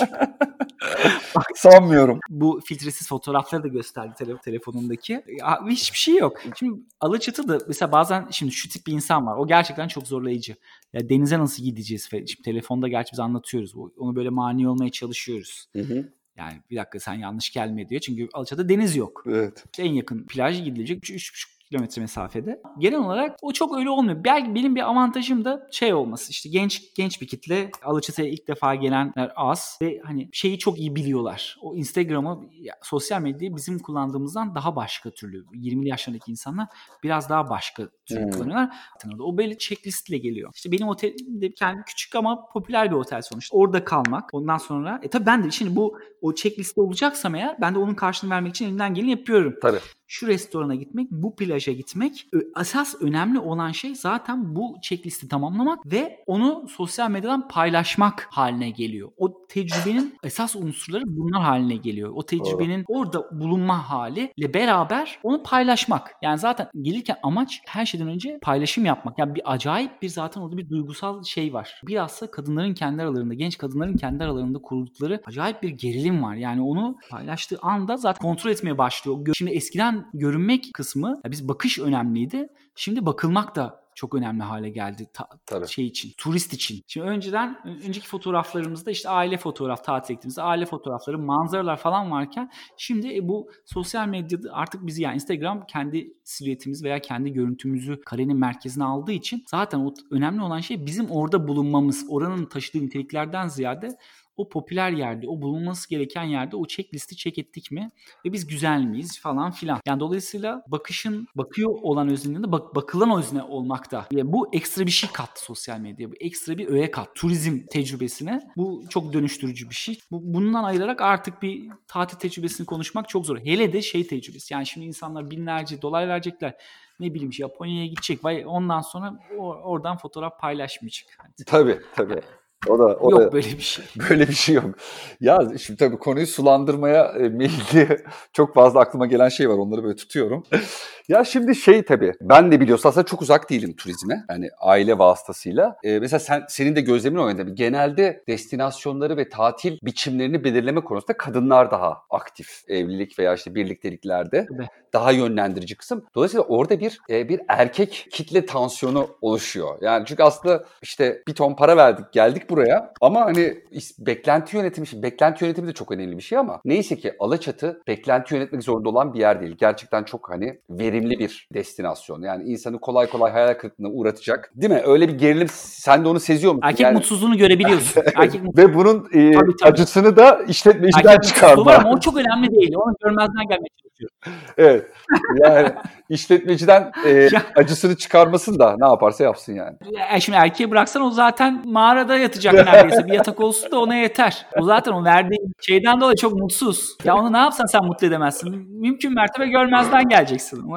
Sanmıyorum. Bu filtresiz fotoğrafları da gösterdi tele- telefonundaki. Ya, hiçbir şey yok. Şimdi Alaçatı'da mesela bazen şimdi şu tip bir insan var. O gerçekten çok zorlayıcı. Ya denize nasıl gideceğiz? Şimdi telefonda gerçi biz anlatıyoruz. Onu böyle mani olmaya çalışıyoruz. Hı hı. Yani bir dakika sen yanlış gelme diyor. Çünkü Alaçatı'da deniz yok. Evet. İşte en yakın plaj gidilecek üç buçuk kilometre mesafede. Genel olarak o çok öyle olmuyor. Belki benim bir avantajım da şey olması. İşte genç genç bir kitle. Alaçatı'ya ilk defa gelenler az ve hani şeyi çok iyi biliyorlar. O Instagram'ı, ya, sosyal medyayı bizim kullandığımızdan daha başka türlü. yirmili yaşlarındaki insanlar biraz daha başka türlü hmm. kullanıyorlar. O böyle checklistle geliyor. İşte benim otelim de kendi küçük ama popüler bir otel sonuçta. Orada kalmak. Ondan sonra e tabii ben de şimdi bu o checkliste olacaksam eğer ben de onun karşılığını vermek için elimden geleni yapıyorum. Tabii. Şu restorana gitmek, bu plaja gitmek. Esas önemli olan şey zaten bu checklisti tamamlamak ve onu sosyal medyadan paylaşmak haline geliyor. O tecrübenin esas unsurları bunlar haline geliyor. O tecrübenin Doğru. orada bulunma haliyle beraber onu paylaşmak. Yani zaten gelirken amaç her şeyden önce paylaşım yapmak. Yani bir acayip bir zaten orada bir duygusal şey var. Bilhassa kadınların kendi aralarında, genç kadınların kendi aralarında kurdukları acayip bir gerilim var. Yani onu paylaştığı anda zaten kontrol etmeye başlıyor. Şimdi eskiden görünmek kısmı, ya biz bakış önemliydi. Şimdi bakılmak da çok önemli hale geldi ta, şey için, turist için. Şimdi önceden önceki fotoğraflarımızda işte aile fotoğraf tatil ettiğimizde aile fotoğrafları, manzaralar falan varken şimdi e, bu sosyal medyada artık bizi yani Instagram kendi silüetimiz veya kendi görüntümüzü karenin merkezine aldığı için zaten o önemli olan şey bizim orada bulunmamız, oranın taşıdığı niteliklerden ziyade o popüler yerde, o bulunması gereken yerde o checklisti check ettik mi ve biz güzel miyiz falan filan. Yani dolayısıyla bakışın, bakıyor olan özneliğinde bak, bakılan özne olmakta. Yani bu ekstra bir şey kattı sosyal medya. Bu ekstra bir öğe kattı. Turizm tecrübesine. Bu çok dönüştürücü bir şey. Bu, bundan ayırarak artık bir tatil tecrübesini konuşmak çok zor. Hele de şey tecrübesi. Yani şimdi insanlar binlerce dolar verecekler. Ne bileyim Japonya'ya gidecek. Vay, ondan sonra oradan fotoğraf paylaşmayacak. Tabii tabii. O da, o yok da, böyle bir şey. Böyle bir şey yok. Ya şimdi tabii konuyu sulandırmaya e, meyilli çok fazla aklıma gelen şey var. Onları böyle tutuyorum. Ya şimdi şey tabii ben de biliyorsun aslında çok uzak değilim turizme. Yani aile vasıtasıyla. Ee, mesela sen senin de gözlemin o yönde. Genelde destinasyonları ve tatil biçimlerini belirleme konusunda kadınlar daha aktif. Evlilik veya işte birlikteliklerde. Tabii. Daha yönlendirici kısım. Dolayısıyla orada bir e, bir erkek kitle tansiyonu oluşuyor. Yani çünkü aslında işte bir ton para verdik, geldik buraya ama hani beklenti yönetimi, beklenti yönetimi de çok önemli bir şey ama neyse ki Alaçatı beklenti yönetmek zorunda olan bir yer değil. Gerçekten çok hani verimli bir destinasyon. Yani insanı kolay kolay hayal kırıklığına uğratacak. Değil mi? Öyle bir gerilim, sen de onu seziyor musun? Erkek yani... mutsuzluğunu görebiliyorsun. Erkek Ve bunun e, tabii, tabii. acısını da işletmeciden erkek çıkarma. Var ama o çok önemli değil. Onu görmezden gelmeye çalışıyor. Evet. Yani işletmeciden e, acısını çıkarmasın da ne yaparsa yapsın yani. Ya şimdi erkeği bıraksan o zaten mağarada yatacak neredeyse. Bir yatak olsun da ona yeter. O zaten o verdiği şeyden dolayı çok mutsuz. Ya onu ne yapsan sen mutlu edemezsin. Mümkün mertebe görmezden geleceksin.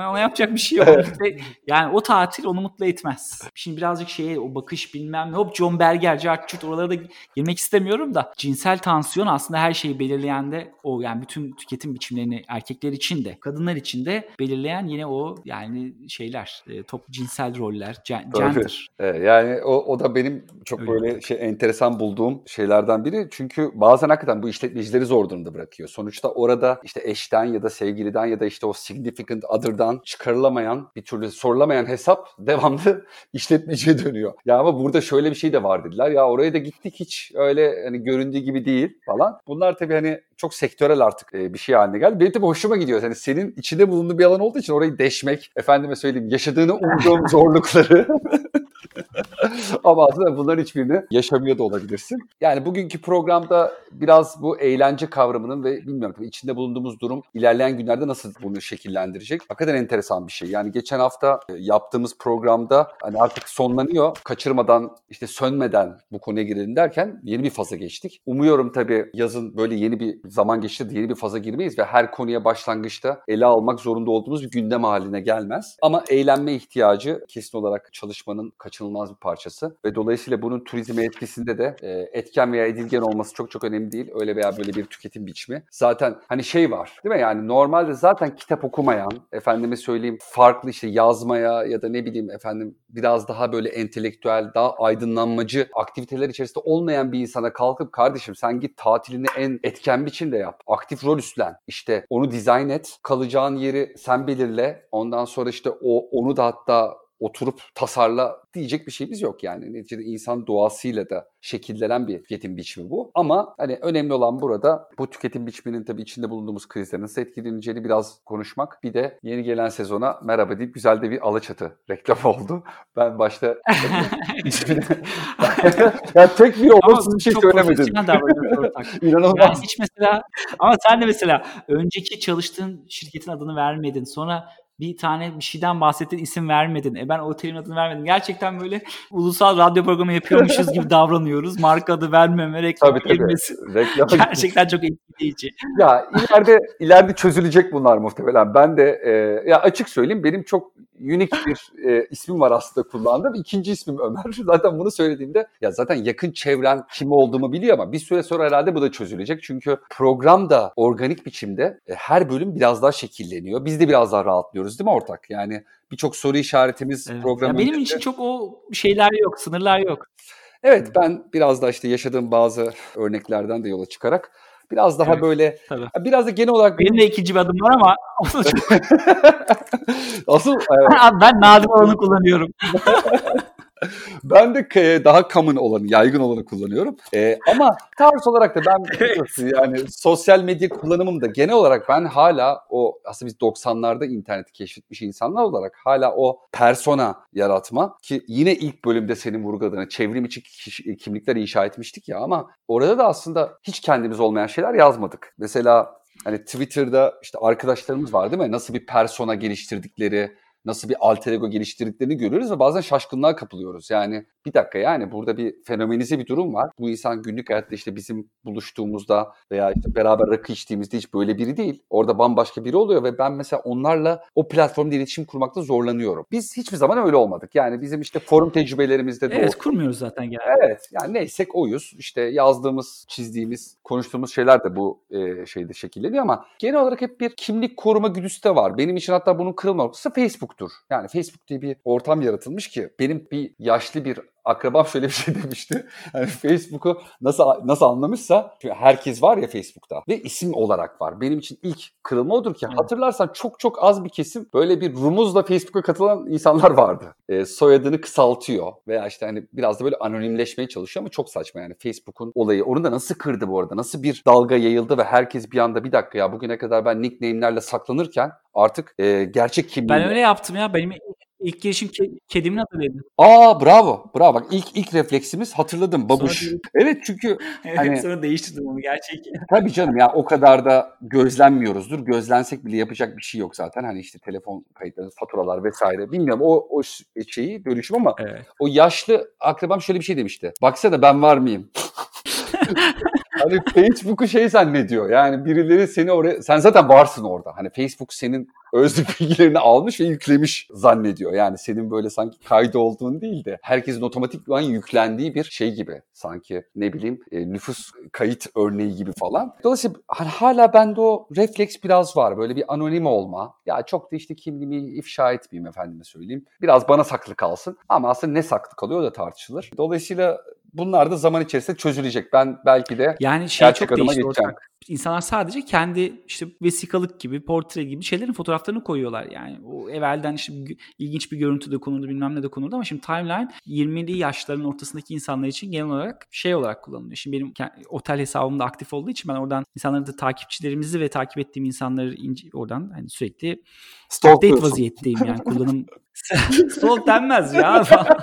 ona yapacak bir şey yok. Yani o tatil onu mutlu etmez. Şimdi birazcık şeye o bakış bilmem ne. Hop John Berger, Cartçut oralara da girmek istemiyorum da cinsel tansiyon aslında her şeyi belirleyen de o, yani bütün tüketim biçimlerini erkekler için de kadınlar için de belirleyen yine o yani şeyler e, top cinsel roller, gender. Evet, yani o, o da benim çok Öyle. böyle şey enteresan bulduğum şeylerden biri. Çünkü bazen hakikaten bu işletmecileri zor durumda bırakıyor. Sonuçta orada işte eşten ya da sevgiliden ya da işte o significant other'dan çıkarılamayan, bir türlü sorulamayan hesap devamlı işletmeciye dönüyor. Ya ama burada şöyle bir şey de var dediler. Ya oraya da gittik, hiç öyle hani göründüğü gibi değil falan. Bunlar tabii hani çok sektörel artık bir şey haline geldi. Benim tabii hoşuma gidiyor. Yani senin içinde bulunduğun bir alan olduğu için orayı deşmek, efendime söyleyeyim yaşadığını umduğum zorlukları ama aslında bunların hiçbirini yaşamıyor da olabilirsin. Yani bugünkü programda biraz bu eğlence kavramının ve bilmiyorum tabii içinde bulunduğumuz durum ilerleyen günlerde nasıl bunu şekillendirecek. Hakikaten enteresan bir şey. Yani geçen hafta yaptığımız programda hani artık sonlanıyor. Kaçırmadan, işte sönmeden bu konuya girelim derken yeni bir faza geçtik. Umuyorum tabii yazın böyle yeni bir zaman geçti de yeni bir faza girmeyiz ve her konuya başlangıçta ele almak zorunda olduğumuz bir gündem haline gelmez. Ama eğlenme ihtiyacı kesin olarak çalışmanın kaçınılmaz bir parçası ve dolayısıyla bunun turizme etkisinde de e, etken veya edilgen olması çok çok önemli değil. Öyle veya böyle bir tüketim biçimi. Zaten hani şey var değil mi? Yani normalde zaten kitap okumayan, efendime söyleyeyim farklı işte yazmaya ya da ne bileyim efendim biraz daha böyle entelektüel, daha aydınlanmacı aktiviteler içerisinde olmayan bir insana kalkıp kardeşim sen git tatilini en etken biçimde yap. Aktif rol üstlen. İşte onu dizayn et. Kalacağın yeri sen belirle. Ondan sonra işte o onu da hatta oturup tasarla diyecek bir şeyimiz yok yani. Neticede insan doğasıyla da şekillenen bir tüketim biçimi bu. Ama hani önemli olan burada bu tüketim biçiminin tabii içinde bulunduğumuz krizlerin nasıl etkileneceğini biraz konuşmak. Bir de yeni gelen sezona merhaba deyip güzel de bir Alaçatı reklamı oldu. Ben başta ya tek bir olumsuz bir şey söylemedim. İnanılmaz. Yani hiç mesela ama sen de mesela önceki çalıştığın şirketin adını vermedin. Sonra bir tane bir şeyden bahsettin, isim vermedin. E ben otelin adını vermedim. Gerçekten böyle ulusal radyo programı yapıyormuşuz gibi davranıyoruz. Marka adı vermeme, reklam kelimesi. Gerçekten çok etkileyici. Ya ileride ileride çözülecek bunlar muhtemelen. Ben de e, ya açık söyleyeyim benim çok unik bir e, ismim var aslında kullandığım. İkinci ismim Ömer. Zaten bunu söylediğimde ya zaten yakın çevren kim olduğumu biliyor ama bir süre sonra herhalde bu da çözülecek. Çünkü program da organik biçimde e, her bölüm biraz daha şekilleniyor. Biz de biraz daha rahatlıyoruz değil mi ortak? Yani birçok soru işaretimiz evet. programın. Benim için çok o şeyler yok, sınırlar yok. Evet ben biraz da işte yaşadığım bazı örneklerden de yola çıkarak biraz daha evet, böyle tabii. Biraz da genel olarak benim de ikinci bir adım var ama asıl evet. Ben nadir olanı kullanıyorum. Ben de daha common olanı, yaygın olanı kullanıyorum. Ee, ama tarz olarak da ben yani sosyal medya kullanımım da genel olarak ben hala o aslında biz doksanlarda interneti keşfetmiş insanlar olarak hala o persona yaratma ki yine ilk bölümde senin vurguladığın çevrim içi kimlikler inşa etmiştik ya ama orada da aslında hiç kendimiz olmayan şeyler yazmadık. Mesela hani Twitter'da işte arkadaşlarımız var değil mi? Nasıl bir persona geliştirdikleri, nasıl bir alter ego geliştirdiklerini görüyoruz ve bazen şaşkınlığa kapılıyoruz. Yani bir dakika yani burada bir fenomenize bir durum var. Bu insan günlük hayatta işte bizim buluştuğumuzda veya işte beraber rakı içtiğimizde hiç böyle biri değil. Orada bambaşka biri oluyor ve ben mesela onlarla o platformda iletişim kurmakta zorlanıyorum. Biz hiçbir zaman öyle olmadık. Yani bizim işte forum tecrübelerimizde de evet o... kurmuyoruz zaten yani. Evet yani neysek oyuz. İşte yazdığımız, çizdiğimiz, konuştuğumuz şeyler de bu e, şeyde şekilleniyor ama genel olarak hep bir kimlik koruma güdüsü de var. Benim için hatta bunun kırılma noktası Facebook. Yani Facebook diye bir ortam yaratılmış ki benim bir yaşlı bir akrabam şöyle bir şey demişti. Yani Facebook'u nasıl nasıl anlamışsa herkes var ya Facebook'ta ve isim olarak var. Benim için ilk kırılma odur ki hatırlarsan çok çok az bir kesim böyle bir rumuzla Facebook'a katılan insanlar vardı. E, soyadını kısaltıyor veya işte hani biraz da böyle anonimleşmeye çalışıyor ama çok saçma yani Facebook'un olayı. Onu da nasıl kırdı bu arada? Nasıl bir dalga yayıldı ve herkes bir anda bir dakika ya bugüne kadar ben nickname'lerle saklanırken artık e, gerçek kimliğim. Ben öyle yaptım ya. Benim ilk girişim ke- kedimin adıydı. Aa bravo. Bravo. Bak ilk ilk refleksimiz hatırladım. Babuş. Sonra evet çünkü evet, hani sonra değiştirdim onu gerçek. Tabii canım ya o kadar da gözlenmiyoruzdur. Gözlensek bile yapacak bir şey yok zaten. Hani işte telefon kayıtları, faturalar vesaire. Bilmiyorum o o şeyi dönüşüm ama evet. O yaşlı akrabam şöyle bir şey demişti. Baksana ben var mıyım? Hani Facebook'u şey zannediyor. Yani birileri seni oraya... Sen zaten varsın orada. Hani Facebook senin özlü bilgilerini almış ve yüklemiş zannediyor. Yani senin böyle sanki kaydı olduğun değil de herkesin otomatikman yüklendiği bir şey gibi. Sanki ne bileyim e, nüfus kayıt örneği gibi falan. Dolayısıyla hani hala bende o refleks biraz var. Böyle bir anonim olma. Ya çok da işte kimliğimi ifşa etmeyeyim efendime söyleyeyim. Biraz bana saklı kalsın. Ama aslında ne saklı kalıyor da tartışılır. Dolayısıyla bunlar da zaman içerisinde çözülecek. Ben belki de yani şey gerçek çok adıma değişti geçeceğim. ortak. İnsanlar sadece kendi işte vesikalık gibi, portre gibi şeylerin fotoğraflarını koyuyorlar yani. O evvelden işte bir, ilginç bir görüntü de konuldu, bilmem ne de konuldu ama şimdi timeline yirmili yaşların ortasındaki insanlar için genel olarak şey olarak kullanılıyor. Şimdi benim otel hesabımda aktif olduğu için ben oradan insanları da takipçilerimizi ve takip ettiğim insanları ince, oradan hani sürekli update vaziyetteyim yani kullanım. Stalk denmez ya.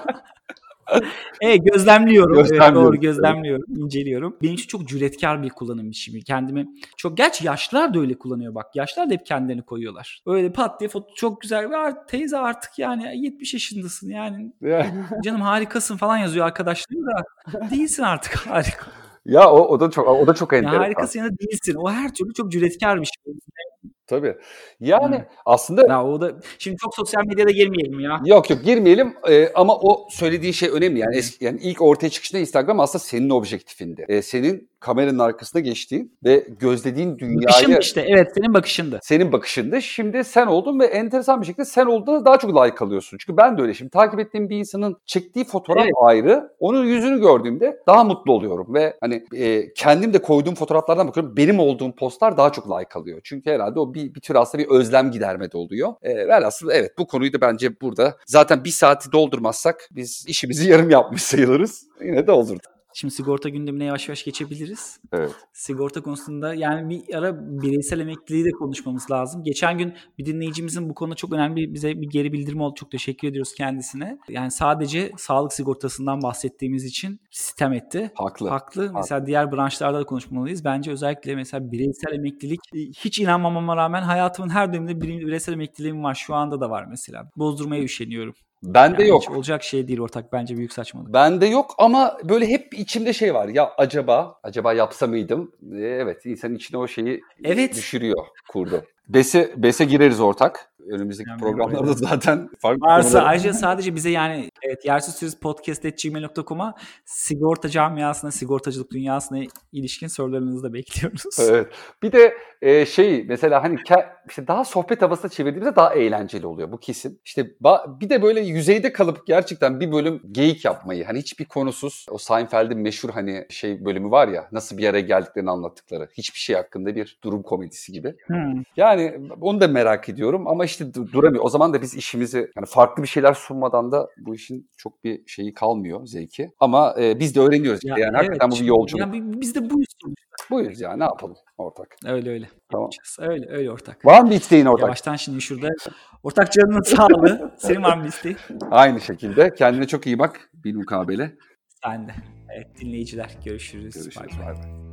Evet, gözlemliyorum. Evet, doğru gözlemliyorum, evet. inceliyorum. Benim için çok cüretkar bir kullanım biçimi. Kendimi çok, gerçi yaşlılar da öyle kullanıyor bak. Yaşlılar da hep kendilerini koyuyorlar. Öyle pat diye foto çok güzel. Ve teyze artık yani yetmiş yaşındasın yani. Canım harikasın falan yazıyor arkadaşlarım da. Değilsin artık harika. Ya o, o da çok o da çok enteresan. Ya harikasın ya da değilsin. O her türlü çok cüretkar bir şey. Tabii. Yani hmm. aslında ya o da şimdi çok sosyal medyada girmeyelim ya. Yok yok girmeyelim ee, ama o söylediği şey önemli. Yani eski, yani ilk ortaya çıkışında Instagram aslında senin objektifindi. Ee, senin kameranın arkasına geçtiğin ve gözlediğin dünyayı. Bakışın işte evet senin bakışındı. Senin bakışındı. Şimdi sen oldun ve enteresan bir şekilde sen olduğunda daha çok like alıyorsun. Çünkü ben de öyle. Şimdi takip ettiğim bir insanın çektiği fotoğraf evet. ayrı. Onun yüzünü gördüğümde daha mutlu oluyorum ve hani e, kendim de koyduğum fotoğraflardan bakıyorum. Benim olduğum postlar daha çok like alıyor. Çünkü herhalde o bir, bir tür aslında bir özlem giderme de oluyor. E, velhasıl evet bu konuyu da bence burada zaten bir saati doldurmazsak biz işimizi yarım yapmış sayılırız. Yine doldurduk. Şimdi sigorta gündemine yavaş yavaş geçebiliriz. Evet. Sigorta konusunda yani bir ara bireysel emekliliği de konuşmamız lazım. Geçen gün bir dinleyicimizin bu konuda çok önemli bize bir geri bildirimi oldu. Çok teşekkür ediyoruz kendisine. Yani sadece sağlık sigortasından bahsettiğimiz için sitem etti. Haklı. Haklı. Haklı. Mesela diğer branşlarda da konuşmalıyız. Bence özellikle mesela bireysel emeklilik hiç inanmamama rağmen hayatımın her döneminde bireysel emekliliğim var. Şu anda da var mesela. Bozdurmaya üşeniyorum. Bende yani yok. Hiç olacak şey değil ortak. Bence büyük saçmalık. Bende yok ama böyle hep içimde şey var. Ya acaba, acaba yapsa mıydım? Ee, evet, insanın içine o şeyi evet. düşürüyor kurdu. BES'e, BES'e gireriz ortak. Önümüzdeki yani programlarda zaten farklı varsa konular... ayrıca sadece bize yani evet yersiz sürüz podcast at gmail nokta com'a sigorta camiasına, sigortacılık dünyasına ilişkin sorularınızı da bekliyoruz. Evet. Bir de e, şey mesela hani ke- işte daha sohbet havasına çevirdiğimizde daha eğlenceli oluyor bu kesin. İşte ba- bir de böyle yüzeyde kalıp gerçekten bir bölüm geyik yapmayı hani hiçbir konusuz o Seinfeld'in meşhur hani şey bölümü var ya nasıl bir araya geldiklerini anlattıkları hiçbir şey hakkında bir durum komedisi gibi. Hmm. Yani onu da merak ediyorum ama işte duramıyor. O zaman da biz işimizi yani farklı bir şeyler sunmadan da bu işin çok bir şeyi kalmıyor zevki. Ama e, biz de öğreniyoruz. Ya, yani evet, hakikaten bu bir yolculuk. Yani biz de buyuz sonuçta. Buyuz ya ne yapalım ortak. Öyle öyle. Tamam. Öyle öyle ortak. Var mı bir isteğin ortak? Yavaştan şimdi şurada ortak canının sağlığı. Senin var mı bir isteğin? Aynı şekilde. Kendine çok iyi bak. Bir mukabele. Sen de. Evet dinleyiciler görüşürüz. Görüşürüz. Bay bay.